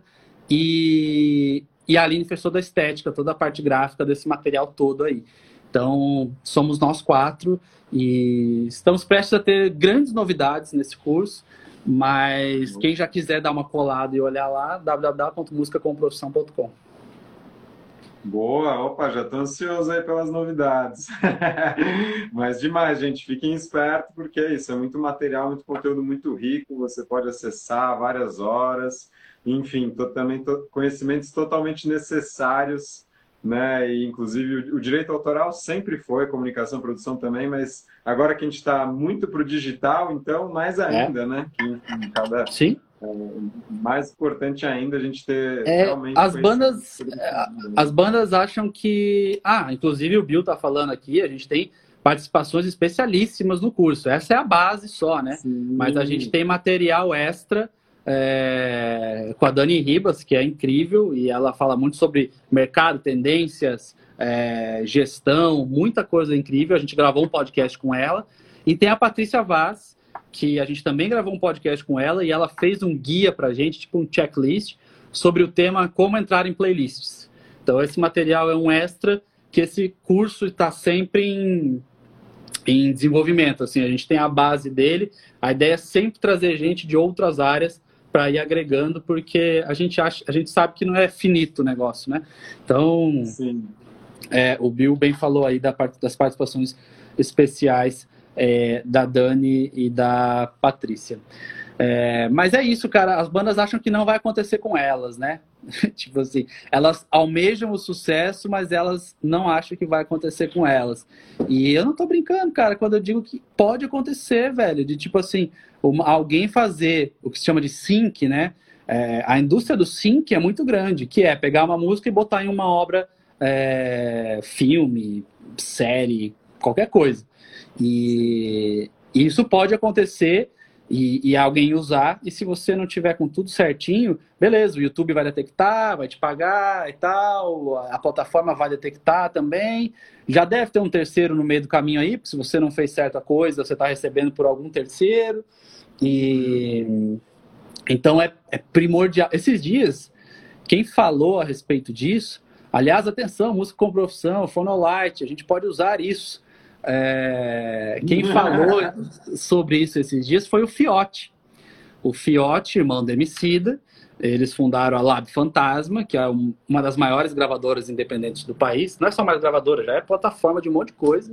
e, e a Aline fez toda a estética, toda a parte gráfica desse material todo aí. Então, somos nós quatro e estamos prestes a ter grandes novidades nesse curso, mas quem já quiser dar uma colada e olhar lá, w w w ponto música com profissão ponto com. Boa, opa, já estou ansioso aí pelas novidades. Mas demais, gente, fiquem espertos, porque é isso, é muito material, muito conteúdo muito rico, você pode acessar várias horas, enfim, tô, também tô, conhecimentos totalmente necessários, né? E, inclusive, o, o direito autoral sempre foi, comunicação, produção também, mas agora que a gente está muito para o digital, então mais ainda, é. né? Que, enfim, cada... Sim. É, mais importante ainda a gente ter é, realmente... As bandas, as bandas acham que... Ah, inclusive o Bill tá falando aqui, a gente tem participações especialíssimas no curso. Essa é a base só, né? Sim. Mas a gente tem material extra é, com a Dani Ribas, que é incrível, e ela fala muito sobre mercado, tendências, é, gestão, muita coisa incrível. A gente gravou um podcast com ela. E tem a Patrícia Vaz, que a gente também gravou um podcast com ela, e ela fez um guia pra gente, tipo um checklist, sobre o tema como entrar em playlists. Então, esse material é um extra, que esse curso está sempre em, em desenvolvimento. Assim, a gente tem a base dele, a ideia é sempre trazer gente de outras áreas para ir agregando, porque a gente, acha, a gente sabe que não é finito o negócio, né? Então, é, o Bill bem falou aí da parte, das participações especiais É, da Dani e da Patrícia. É, mas é isso, cara. As bandas acham que não vai acontecer com elas, né? Tipo assim, elas almejam o sucesso, mas elas não acham que vai acontecer com elas. E eu não tô brincando, cara, quando eu digo que pode acontecer, velho. De tipo assim, uma, alguém fazer o que se chama de sync, né? É, a indústria do sync é muito grande, que é pegar uma música e botar em uma obra, é, filme, série, qualquer coisa. E isso pode acontecer e, e alguém usar, e se você não tiver com tudo certinho, beleza, o YouTube vai detectar, vai te pagar e tal, a plataforma vai detectar também, já deve ter um terceiro no meio do caminho aí, porque se você não fez certa coisa, você está recebendo por algum terceiro, e então é, é primordial. Esses dias, quem falou a respeito disso, aliás, atenção, música com profissão, Fonolite, a gente pode usar isso. É, quem falou sobre isso esses dias foi o Fiote. O Fiote, irmão do Emicida, eles fundaram a Lab Fantasma, que é um, uma das maiores gravadoras independentes do país. Não é só mais gravadora, já é plataforma de um monte de coisa.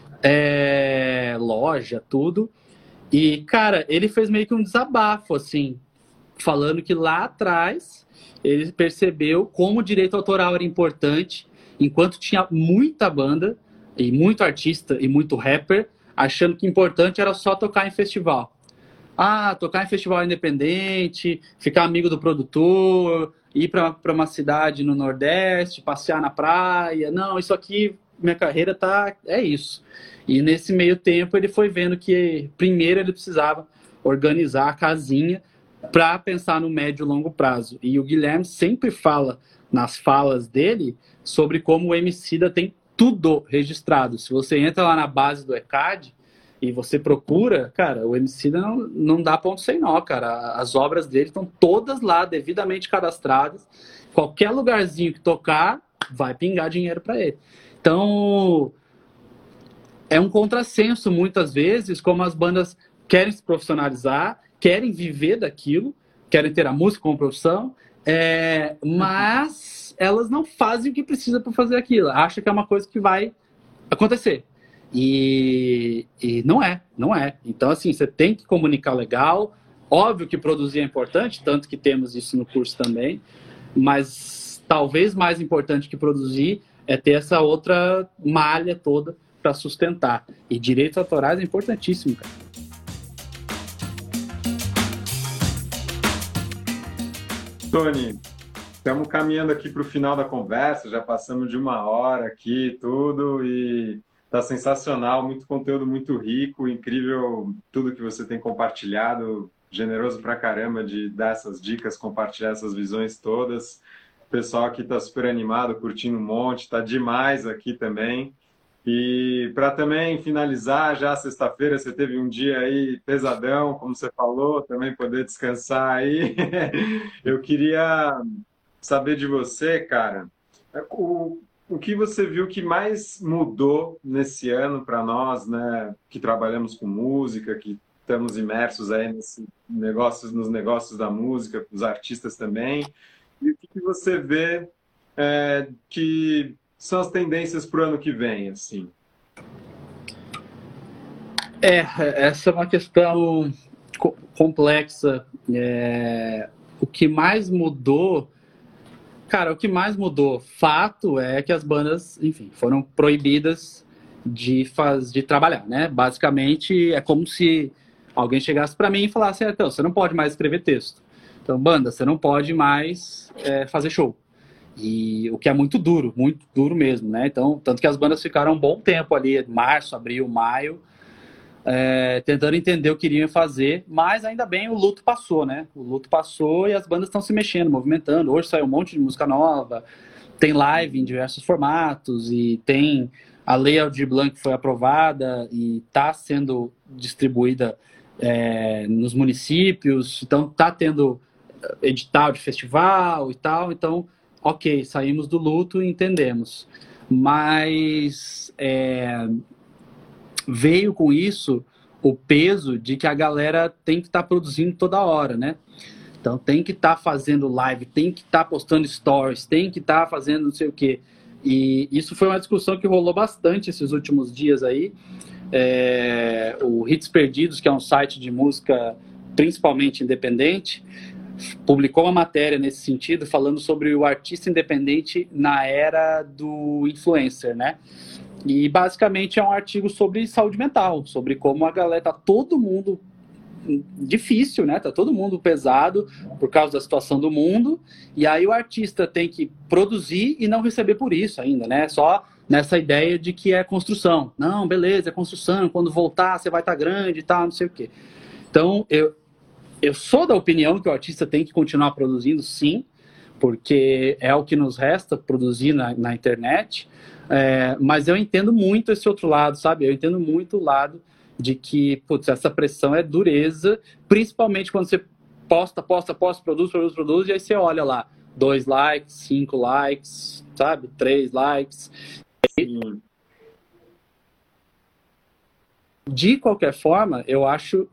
É. É, loja, tudo. E, cara, ele fez meio que um desabafo, assim, falando que lá atrás ele percebeu como o direito autoral era importante, enquanto tinha muita banda e muito artista e muito rapper, achando que importante era só tocar em festival. Ah, tocar em festival independente, ficar amigo do produtor, ir para uma cidade no Nordeste, passear na praia. Não, isso aqui, minha carreira tá... é isso. E nesse meio tempo ele foi vendo que primeiro ele precisava organizar a casinha para pensar no médio e longo prazo. E o Guilherme sempre fala nas falas dele sobre como o Emicida tem tudo registrado. Se você entra lá na base do ECAD e você procura, cara, o Emicida não, não dá ponto sem nó, cara. As obras dele estão todas lá, devidamente cadastradas. Qualquer lugarzinho que tocar, vai pingar dinheiro para ele. Então, é um contrassenso, muitas vezes, como as bandas querem se profissionalizar, querem viver daquilo, querem ter a música como profissão, é, mas elas não fazem o que precisa para fazer aquilo. Acham que é uma coisa que vai acontecer. E, e não é, não é. Então, assim, você tem que comunicar legal. Óbvio que produzir é importante, tanto que temos isso no curso também, mas talvez mais importante que produzir é ter essa outra malha toda para sustentar. E direitos autorais é importantíssimo, cara. Tony, estamos caminhando aqui para o final da conversa, já passamos de uma hora aqui, tudo, e tá sensacional, muito conteúdo muito rico, incrível tudo que você tem compartilhado, generoso pra caramba de dar essas dicas, compartilhar essas visões todas. O pessoal aqui tá super animado, curtindo um monte, tá demais aqui também. E para também finalizar, já sexta-feira você teve um dia aí pesadão, como você falou, também poder descansar aí. Eu queria saber de você, cara, o, o que você viu que mais mudou nesse ano para nós, né, que trabalhamos com música, que estamos imersos aí nesse negócios, nos negócios da música, os artistas também. E o que, que você vê é, que são as tendências para o ano que vem, assim? É, essa é uma questão co- complexa. É, o que mais mudou, cara, o que mais mudou, fato é que as bandas, enfim, foram proibidas de, faz, de trabalhar, né? Basicamente, é como se alguém chegasse para mim e falasse, então, você não pode mais escrever texto. Então, banda, você não pode mais é, fazer show. E o que é muito duro, muito duro mesmo, né? Então, tanto que as bandas ficaram um bom tempo ali, março, abril, maio, é, tentando entender o que iriam fazer, mas ainda bem o luto passou, né? O luto passou e as bandas estão se mexendo, movimentando. Hoje saiu um monte de música nova, tem live em diversos formatos e tem a Lei Aldir Blanc que foi aprovada e está sendo distribuída é, nos municípios, então está tendo edital de festival e tal, então ok, saímos do luto e entendemos. Mas é, veio com isso o peso de que a galera tem que estar tá produzindo toda hora, né? Então tem que estar tá fazendo live, tem que estar tá postando stories, tem que estar tá fazendo não sei o quê. E isso foi uma discussão que rolou bastante esses últimos dias aí. É, o Hits Perdidos, que é um site de música principalmente independente, publicou uma matéria nesse sentido, falando sobre o artista independente na era do influencer, né? E basicamente é um artigo sobre saúde mental, sobre como a galera, tá todo mundo difícil, né? Tá todo mundo pesado por causa da situação do mundo, e aí o artista tem que produzir e não receber por isso ainda, né? Só nessa ideia de que é construção. Não, beleza, é construção, quando voltar você vai estar grande e tal, não sei o quê. Então, eu Eu sou da opinião que o artista tem que continuar produzindo, sim, porque é o que nos resta, produzir na, na internet, é, mas eu entendo muito esse outro lado, sabe? Eu entendo muito o lado de que, putz, essa pressão é dureza, principalmente quando você posta, posta, posta, produz, produz, produz, e aí você olha lá, dois likes, cinco likes, sabe? Três likes. Sim. De qualquer forma, eu acho...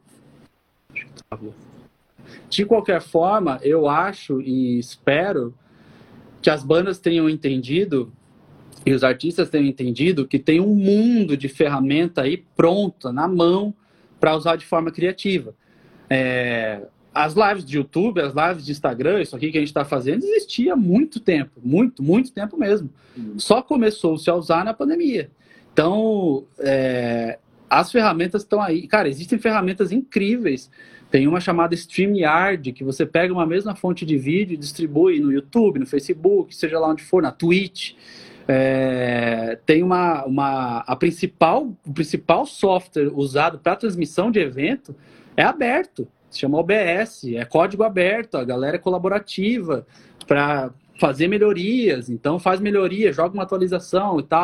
De qualquer forma, eu acho e espero que as bandas tenham entendido e os artistas tenham entendido que tem um mundo de ferramenta aí pronta, na mão, para usar de forma criativa. É, as lives de YouTube, as lives de Instagram, isso aqui que a gente está fazendo, existia há muito tempo, muito, muito tempo mesmo. Só começou-se a usar na pandemia. Então, é, as ferramentas estão aí. Cara, existem ferramentas incríveis. Tem uma chamada StreamYard, que você pega uma mesma fonte de vídeo e distribui no YouTube, no Facebook, seja lá onde for, na Twitch. É, tem uma, uma a principal, o principal software usado para transmissão de evento é aberto, se chama O B S, é código aberto, a galera é colaborativa para fazer melhorias, então faz melhoria, joga uma atualização e tal.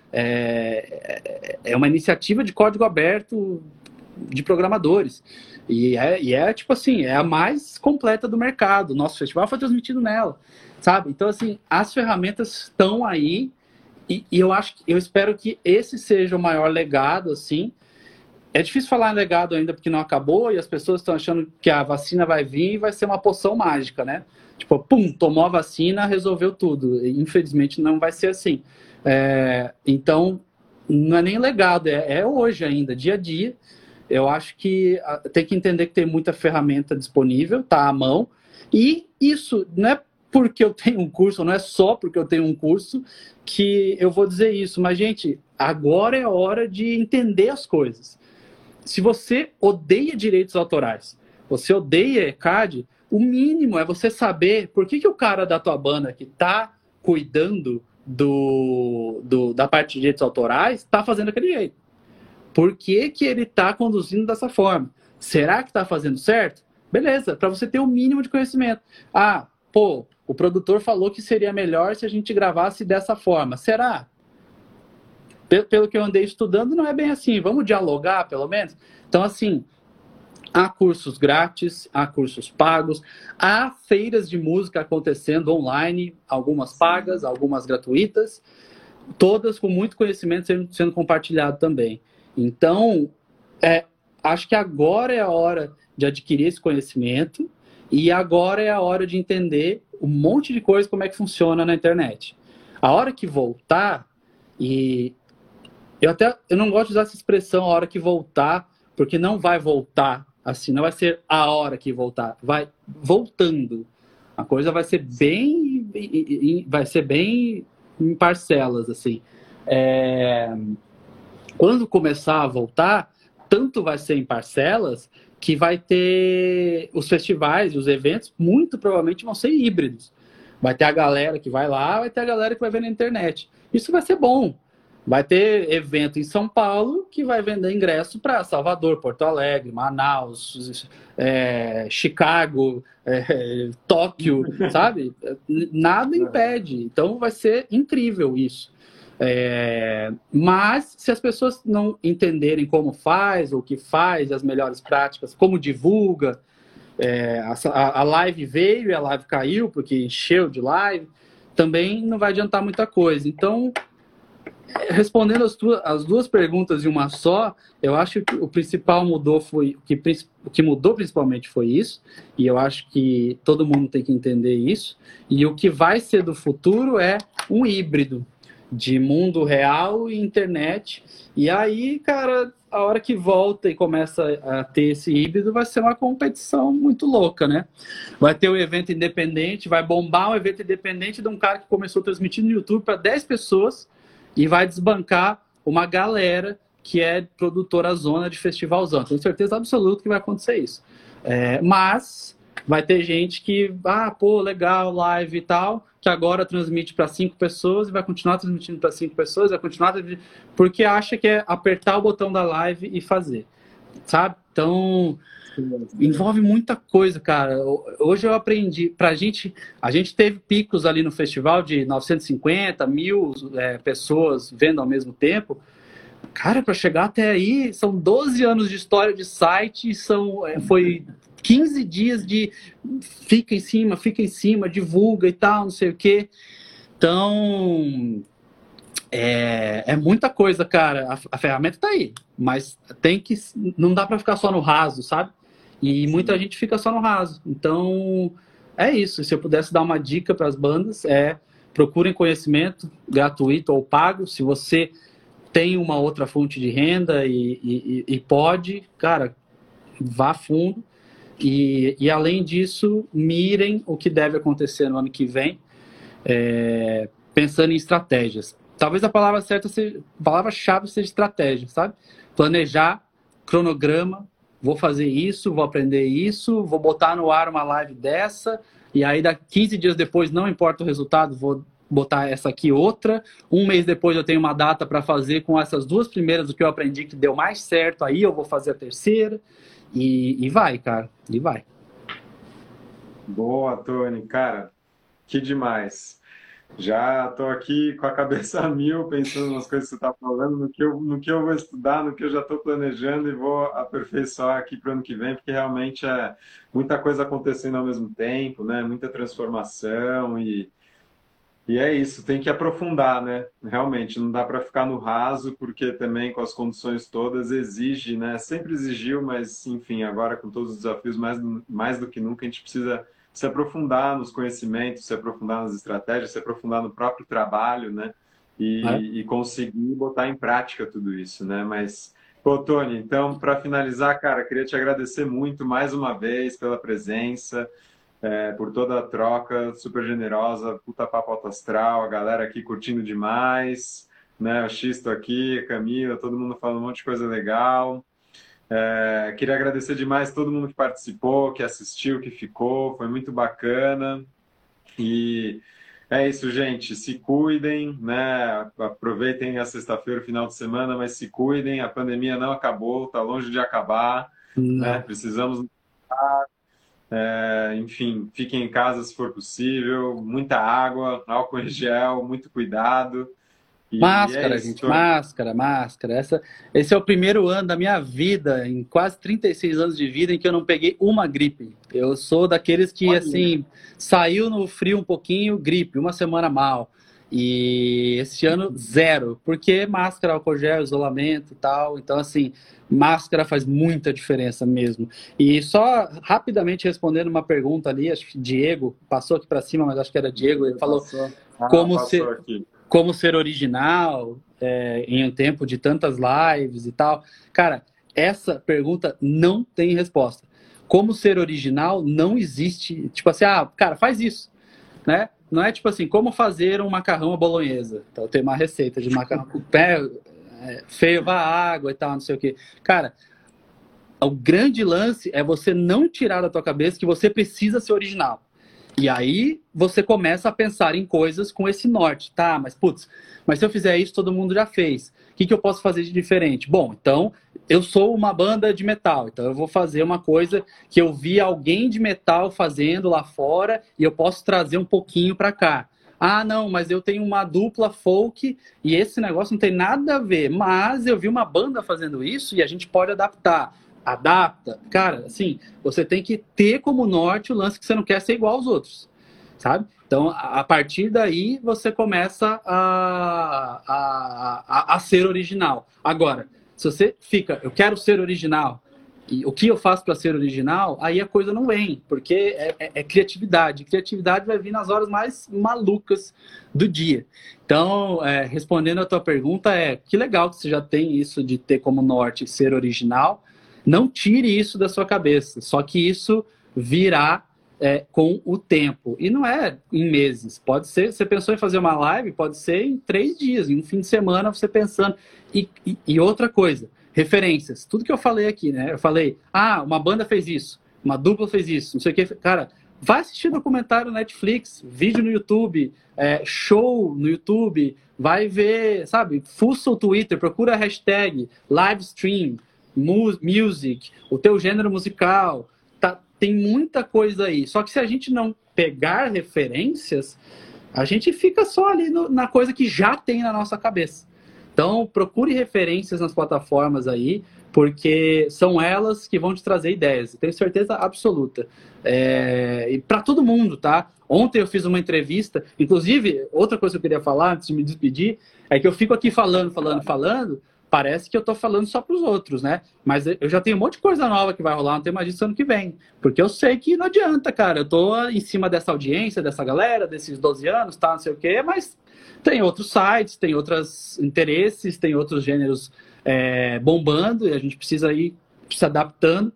é, é uma iniciativa de código aberto de programadores. E é, e é, tipo assim, é a mais completa do mercado. Nosso festival foi transmitido nela, sabe? Então, assim, as ferramentas estão aí e, e eu acho, eu espero que esse seja o maior legado, assim. É difícil falar em legado ainda porque não acabou e as pessoas estão achando que a vacina vai vir e vai ser uma poção mágica, né? Tipo, pum, tomou a vacina, resolveu tudo. E, infelizmente, não vai ser assim. É, então, não é nem legado, é, é hoje ainda, dia a dia. Eu acho que ah, tem que entender que tem muita ferramenta disponível, tá à mão. E isso não é porque eu tenho um curso, não é só porque eu tenho um curso que eu vou dizer isso. Mas, gente, agora é a hora de entender as coisas. Se você odeia direitos autorais, você odeia E C A D, o mínimo é você saber por que, que o cara da tua banda que está cuidando do, do, da parte de direitos autorais está fazendo aquele jeito. Por que, que ele está conduzindo dessa forma? Será que está fazendo certo? Beleza, para você ter o mínimo de conhecimento. Ah, pô, o produtor falou que seria melhor se a gente gravasse dessa forma. Será? Pelo que eu andei estudando, não é bem assim. Vamos dialogar, pelo menos? Então, assim, há cursos grátis, há cursos pagos, há feiras de música acontecendo online, algumas pagas, algumas gratuitas, todas com muito conhecimento sendo, sendo compartilhado também. Então, é, acho que agora é a hora de adquirir esse conhecimento e agora é a hora de entender um monte de coisa como é que funciona na internet. A hora que voltar, e eu até eu não gosto de usar essa expressão, a hora que voltar, porque não vai voltar assim, não vai ser a hora que voltar, vai voltando. A coisa vai ser bem, vai ser bem em parcelas, assim. É... Quando começar a voltar, tanto vai ser em parcelas que vai ter os festivais e os eventos, muito provavelmente vão ser híbridos. Vai ter a galera que vai lá, vai ter a galera que vai ver na internet. Isso vai ser bom. Vai ter evento em São Paulo que vai vender ingresso para Salvador, Porto Alegre, Manaus, é, Chicago, é, Tóquio, sabe? Nada impede. Então vai ser incrível isso. É, mas se as pessoas não entenderem como faz, o que faz, as melhores práticas, como divulga, é, a, a live veio e a live caiu porque encheu de live, também não vai adiantar muita coisa. Então, respondendo as, tuas, as duas perguntas em uma só, eu acho que o principal mudou foi o que, o que mudou principalmente foi isso, e eu acho que todo mundo tem que entender isso. E o que vai ser do futuro é um híbrido de mundo real e internet. E aí, cara, a hora que volta e começa a ter esse híbrido, vai ser uma competição muito louca, né? Vai ter um evento independente, vai bombar um evento independente de um cara que começou transmitindo no YouTube para dez pessoas e vai desbancar uma galera que é produtora zona de festivalzão. Tenho certeza absoluta que vai acontecer isso. É, mas vai ter gente que, ah, pô, legal, live e tal, que agora transmite para cinco pessoas e vai continuar transmitindo para cinco pessoas, vai continuar porque acha que é apertar o botão da live e fazer, sabe? Então, envolve muita coisa, cara. Hoje eu aprendi, pra gente, a gente teve picos ali no festival de novecentos e cinquenta, mil é, pessoas vendo ao mesmo tempo. Cara, para chegar até aí, são doze anos de história de site, são, é, foi quinze dias de fica em cima, fica em cima, divulga e tal, não sei o quê. Então, é, é muita coisa, cara. A, a ferramenta tá aí, mas tem que, não dá para ficar só no raso, sabe? E Sim. muita gente fica só no raso. Então, é isso. Se eu pudesse dar uma dica para as bandas, é procurem conhecimento gratuito ou pago. Se você tem uma outra fonte de renda e, e, e pode, cara, vá fundo. E, e, além disso, mirem o que deve acontecer no ano que vem, é, pensando em estratégias. Talvez a palavra certa seja, a palavra-chave seja estratégia, sabe? Planejar, cronograma, vou fazer isso, vou aprender isso, vou botar no ar uma live dessa, e aí daqui quinze dias depois, não importa o resultado, vou botar essa aqui outra. Um mês depois eu tenho uma data para fazer com essas duas primeiras, o que eu aprendi que deu mais certo, aí eu vou fazer a terceira. E, e vai, cara, e vai. Boa, Tony, cara, que demais. Já estou aqui com a cabeça a mil, pensando nas coisas que você está falando, no que eu, no que eu vou estudar, no que eu já estou planejando e vou aperfeiçoar aqui para o ano que vem, porque realmente é muita coisa acontecendo ao mesmo tempo, né? Muita transformação e, e é isso, tem que aprofundar, né? Realmente, não dá para ficar no raso, porque também com as condições todas exige, né? Sempre exigiu, mas enfim, agora com todos os desafios, mais, do- mais do que nunca, a gente precisa se aprofundar nos conhecimentos, se aprofundar nas estratégias, se aprofundar no próprio trabalho, né? Né? E, e conseguir botar em prática tudo isso, né? Mas, pô, Tony, então, para finalizar, cara, queria te agradecer muito mais uma vez pela presença, é, por toda a troca, super generosa, puta papo alto astral, a galera aqui curtindo demais, né? O Xisto aqui, a Camila, todo mundo falando um monte de coisa legal. É, queria agradecer demais todo mundo que participou, que assistiu, que ficou, foi muito bacana. E é isso, gente. Se cuidem, né? Aproveitem a sexta-feira, o final de semana, mas se cuidem. A pandemia não acabou, está longe de acabar, né? Não. Precisamos, é, enfim, fiquem em casa se for possível. Muita água, álcool em gel, muito cuidado. E é Máscara, isso, gente, Tony. máscara, máscara. Essa, esse é o primeiro ano da minha vida, em quase trinta e seis anos de vida, em que eu não peguei uma gripe. Eu sou daqueles que, Olha, assim, saiu no frio um pouquinho, gripe, uma semana mal. E esse ano, zero, porque máscara, álcool gel, isolamento e tal. Então, assim, máscara faz muita diferença mesmo. E só rapidamente respondendo uma pergunta ali, acho que Diego passou aqui para cima, mas acho que era Diego, ele falou passou. Ah, como passou ser aqui. como ser original é, em um tempo de tantas lives e tal. Cara, essa pergunta não tem resposta. Como ser original não existe. Tipo assim, ah, cara, faz isso, né? Não é tipo assim, como fazer um macarrão à bolonhesa. Então tem uma receita de macarrão com pé, é, ferva a água e tal, não sei o quê. Cara, o grande lance é você não tirar da tua cabeça que você precisa ser original. E aí você começa a pensar em coisas com esse norte, tá? Mas putz, mas se eu fizer isso, todo mundo já fez. O que, que eu posso fazer de diferente? Bom, então eu sou uma banda de metal, então eu vou fazer uma coisa que eu vi alguém de metal fazendo lá fora e eu posso trazer um pouquinho para cá. Ah, não, mas eu tenho uma dupla folk e esse negócio não tem nada a ver, mas eu vi uma banda fazendo isso e a gente pode adaptar. Adapta. Cara, assim, você tem que ter como norte o lance que você não quer ser igual aos outros, sabe? Então, a partir daí, você começa a, a, a, a ser original. Agora, se você fica, eu quero ser original, e o que eu faço para ser original, aí a coisa não vem, porque é, é, é criatividade. Criatividade vai vir nas horas mais malucas do dia. Então, é, respondendo a tua pergunta, é que legal que você já tem isso de ter como norte ser original. Não tire isso da sua cabeça, só que isso virá é, com o tempo. E não é em meses. Pode ser, você pensou em fazer uma live, pode ser em três dias, em um fim de semana, você pensando. E, e, e outra coisa, referências. Tudo que eu falei aqui, né? Eu falei, ah, uma banda fez isso, uma dupla fez isso, não sei o que. Cara, vai assistir documentário no Netflix, vídeo no YouTube, é, show no YouTube, vai ver, sabe, fuça o Twitter, procura a hashtag, live stream, music, o teu gênero musical, tá, tem muita coisa aí. Só que se a gente não pegar referências, a gente fica só ali no, na coisa que já tem na nossa cabeça. Então, procure referências nas plataformas aí, porque são elas que vão te trazer ideias. Tenho certeza absoluta. É, e para todo mundo, tá? Ontem eu fiz uma entrevista, inclusive, outra coisa que eu queria falar antes de me despedir, é que eu fico aqui falando, falando, falando, parece que eu tô falando só para os outros, né? Mas eu já tenho um monte de coisa nova que vai rolar, não tem mais disso ano que vem. Porque eu sei que não adianta, cara. Eu tô em cima dessa audiência, dessa galera, desses doze anos, tá, não sei o quê, mas tem outros sites, tem outros interesses, tem outros gêneros é, bombando e a gente precisa ir se adaptando.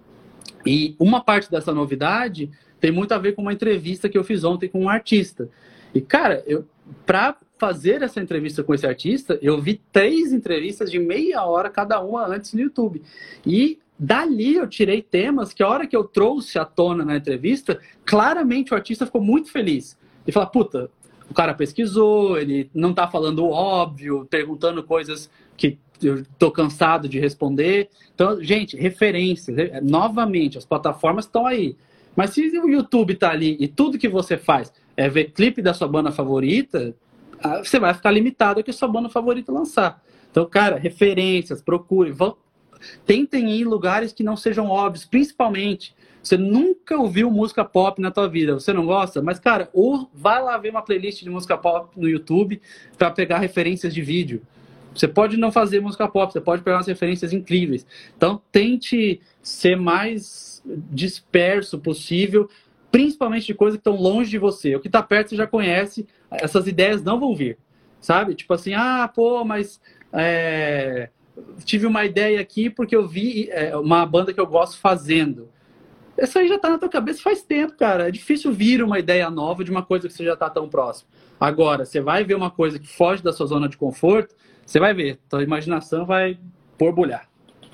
E uma parte dessa novidade tem muito a ver com uma entrevista que eu fiz ontem com um artista. E, cara, eu, para fazer essa entrevista com esse artista, eu vi três entrevistas de meia hora cada uma antes no YouTube. E dali eu tirei temas que a hora que eu trouxe à tona na entrevista, claramente o artista ficou muito feliz. E falou, puta, o cara pesquisou, ele não tá falando o óbvio, perguntando coisas que eu tô cansado de responder. Então, gente, referências. Novamente, as plataformas estão aí. Mas se o YouTube tá ali e tudo que você faz é ver clipe da sua banda favorita, você vai ficar limitado ao que a sua banda favorita lançar. Então, cara, referências, procure, vão, tentem ir em lugares que não sejam óbvios, principalmente, você nunca ouviu música pop na tua vida, você não gosta? Mas, cara, ou vai lá ver uma playlist de música pop no YouTube para pegar referências de vídeo. Você pode não fazer música pop, você pode pegar umas referências incríveis. Então, tente ser mais disperso possível, principalmente de coisas que estão longe de você. O que está perto você já conhece, essas ideias não vão vir, sabe? Tipo assim, ah, pô, mas é, tive uma ideia aqui porque eu vi é, uma banda que eu gosto fazendo. Isso aí já tá na tua cabeça faz tempo, cara. É difícil vir uma ideia nova de uma coisa que você já tá tão próximo. Agora, você vai ver uma coisa que foge da sua zona de conforto, você vai ver. Tua imaginação vai borbulhar.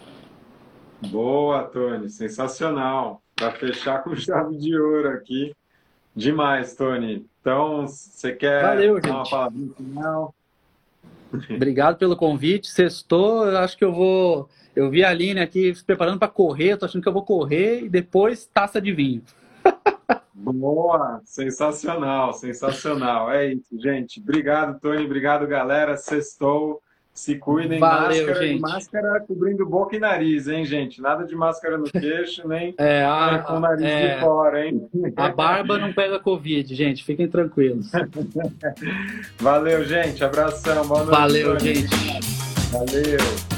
Boa, Tony. Sensacional. Para fechar com chave de ouro aqui. Demais, Tony. Então, você quer Valeu, dar uma gente. palavrinha no final? Obrigado pelo convite. Sextou, eu acho que eu vou... Eu vi a Aline aqui se preparando para correr, eu tô achando que eu vou correr e depois taça de vinho. Boa, sensacional, sensacional. É isso, gente. Obrigado, Tony. Obrigado, galera. Sextou. Se cuidem. Valeu, máscara, gente. máscara cobrindo boca e nariz, hein, gente? Nada de máscara no queixo, nem, É, a, nem com o nariz é, de fora, hein? a barba não pega Covid, gente. Fiquem tranquilos. Valeu, gente. Abração. Boa noite. Valeu, Tony. gente. Valeu.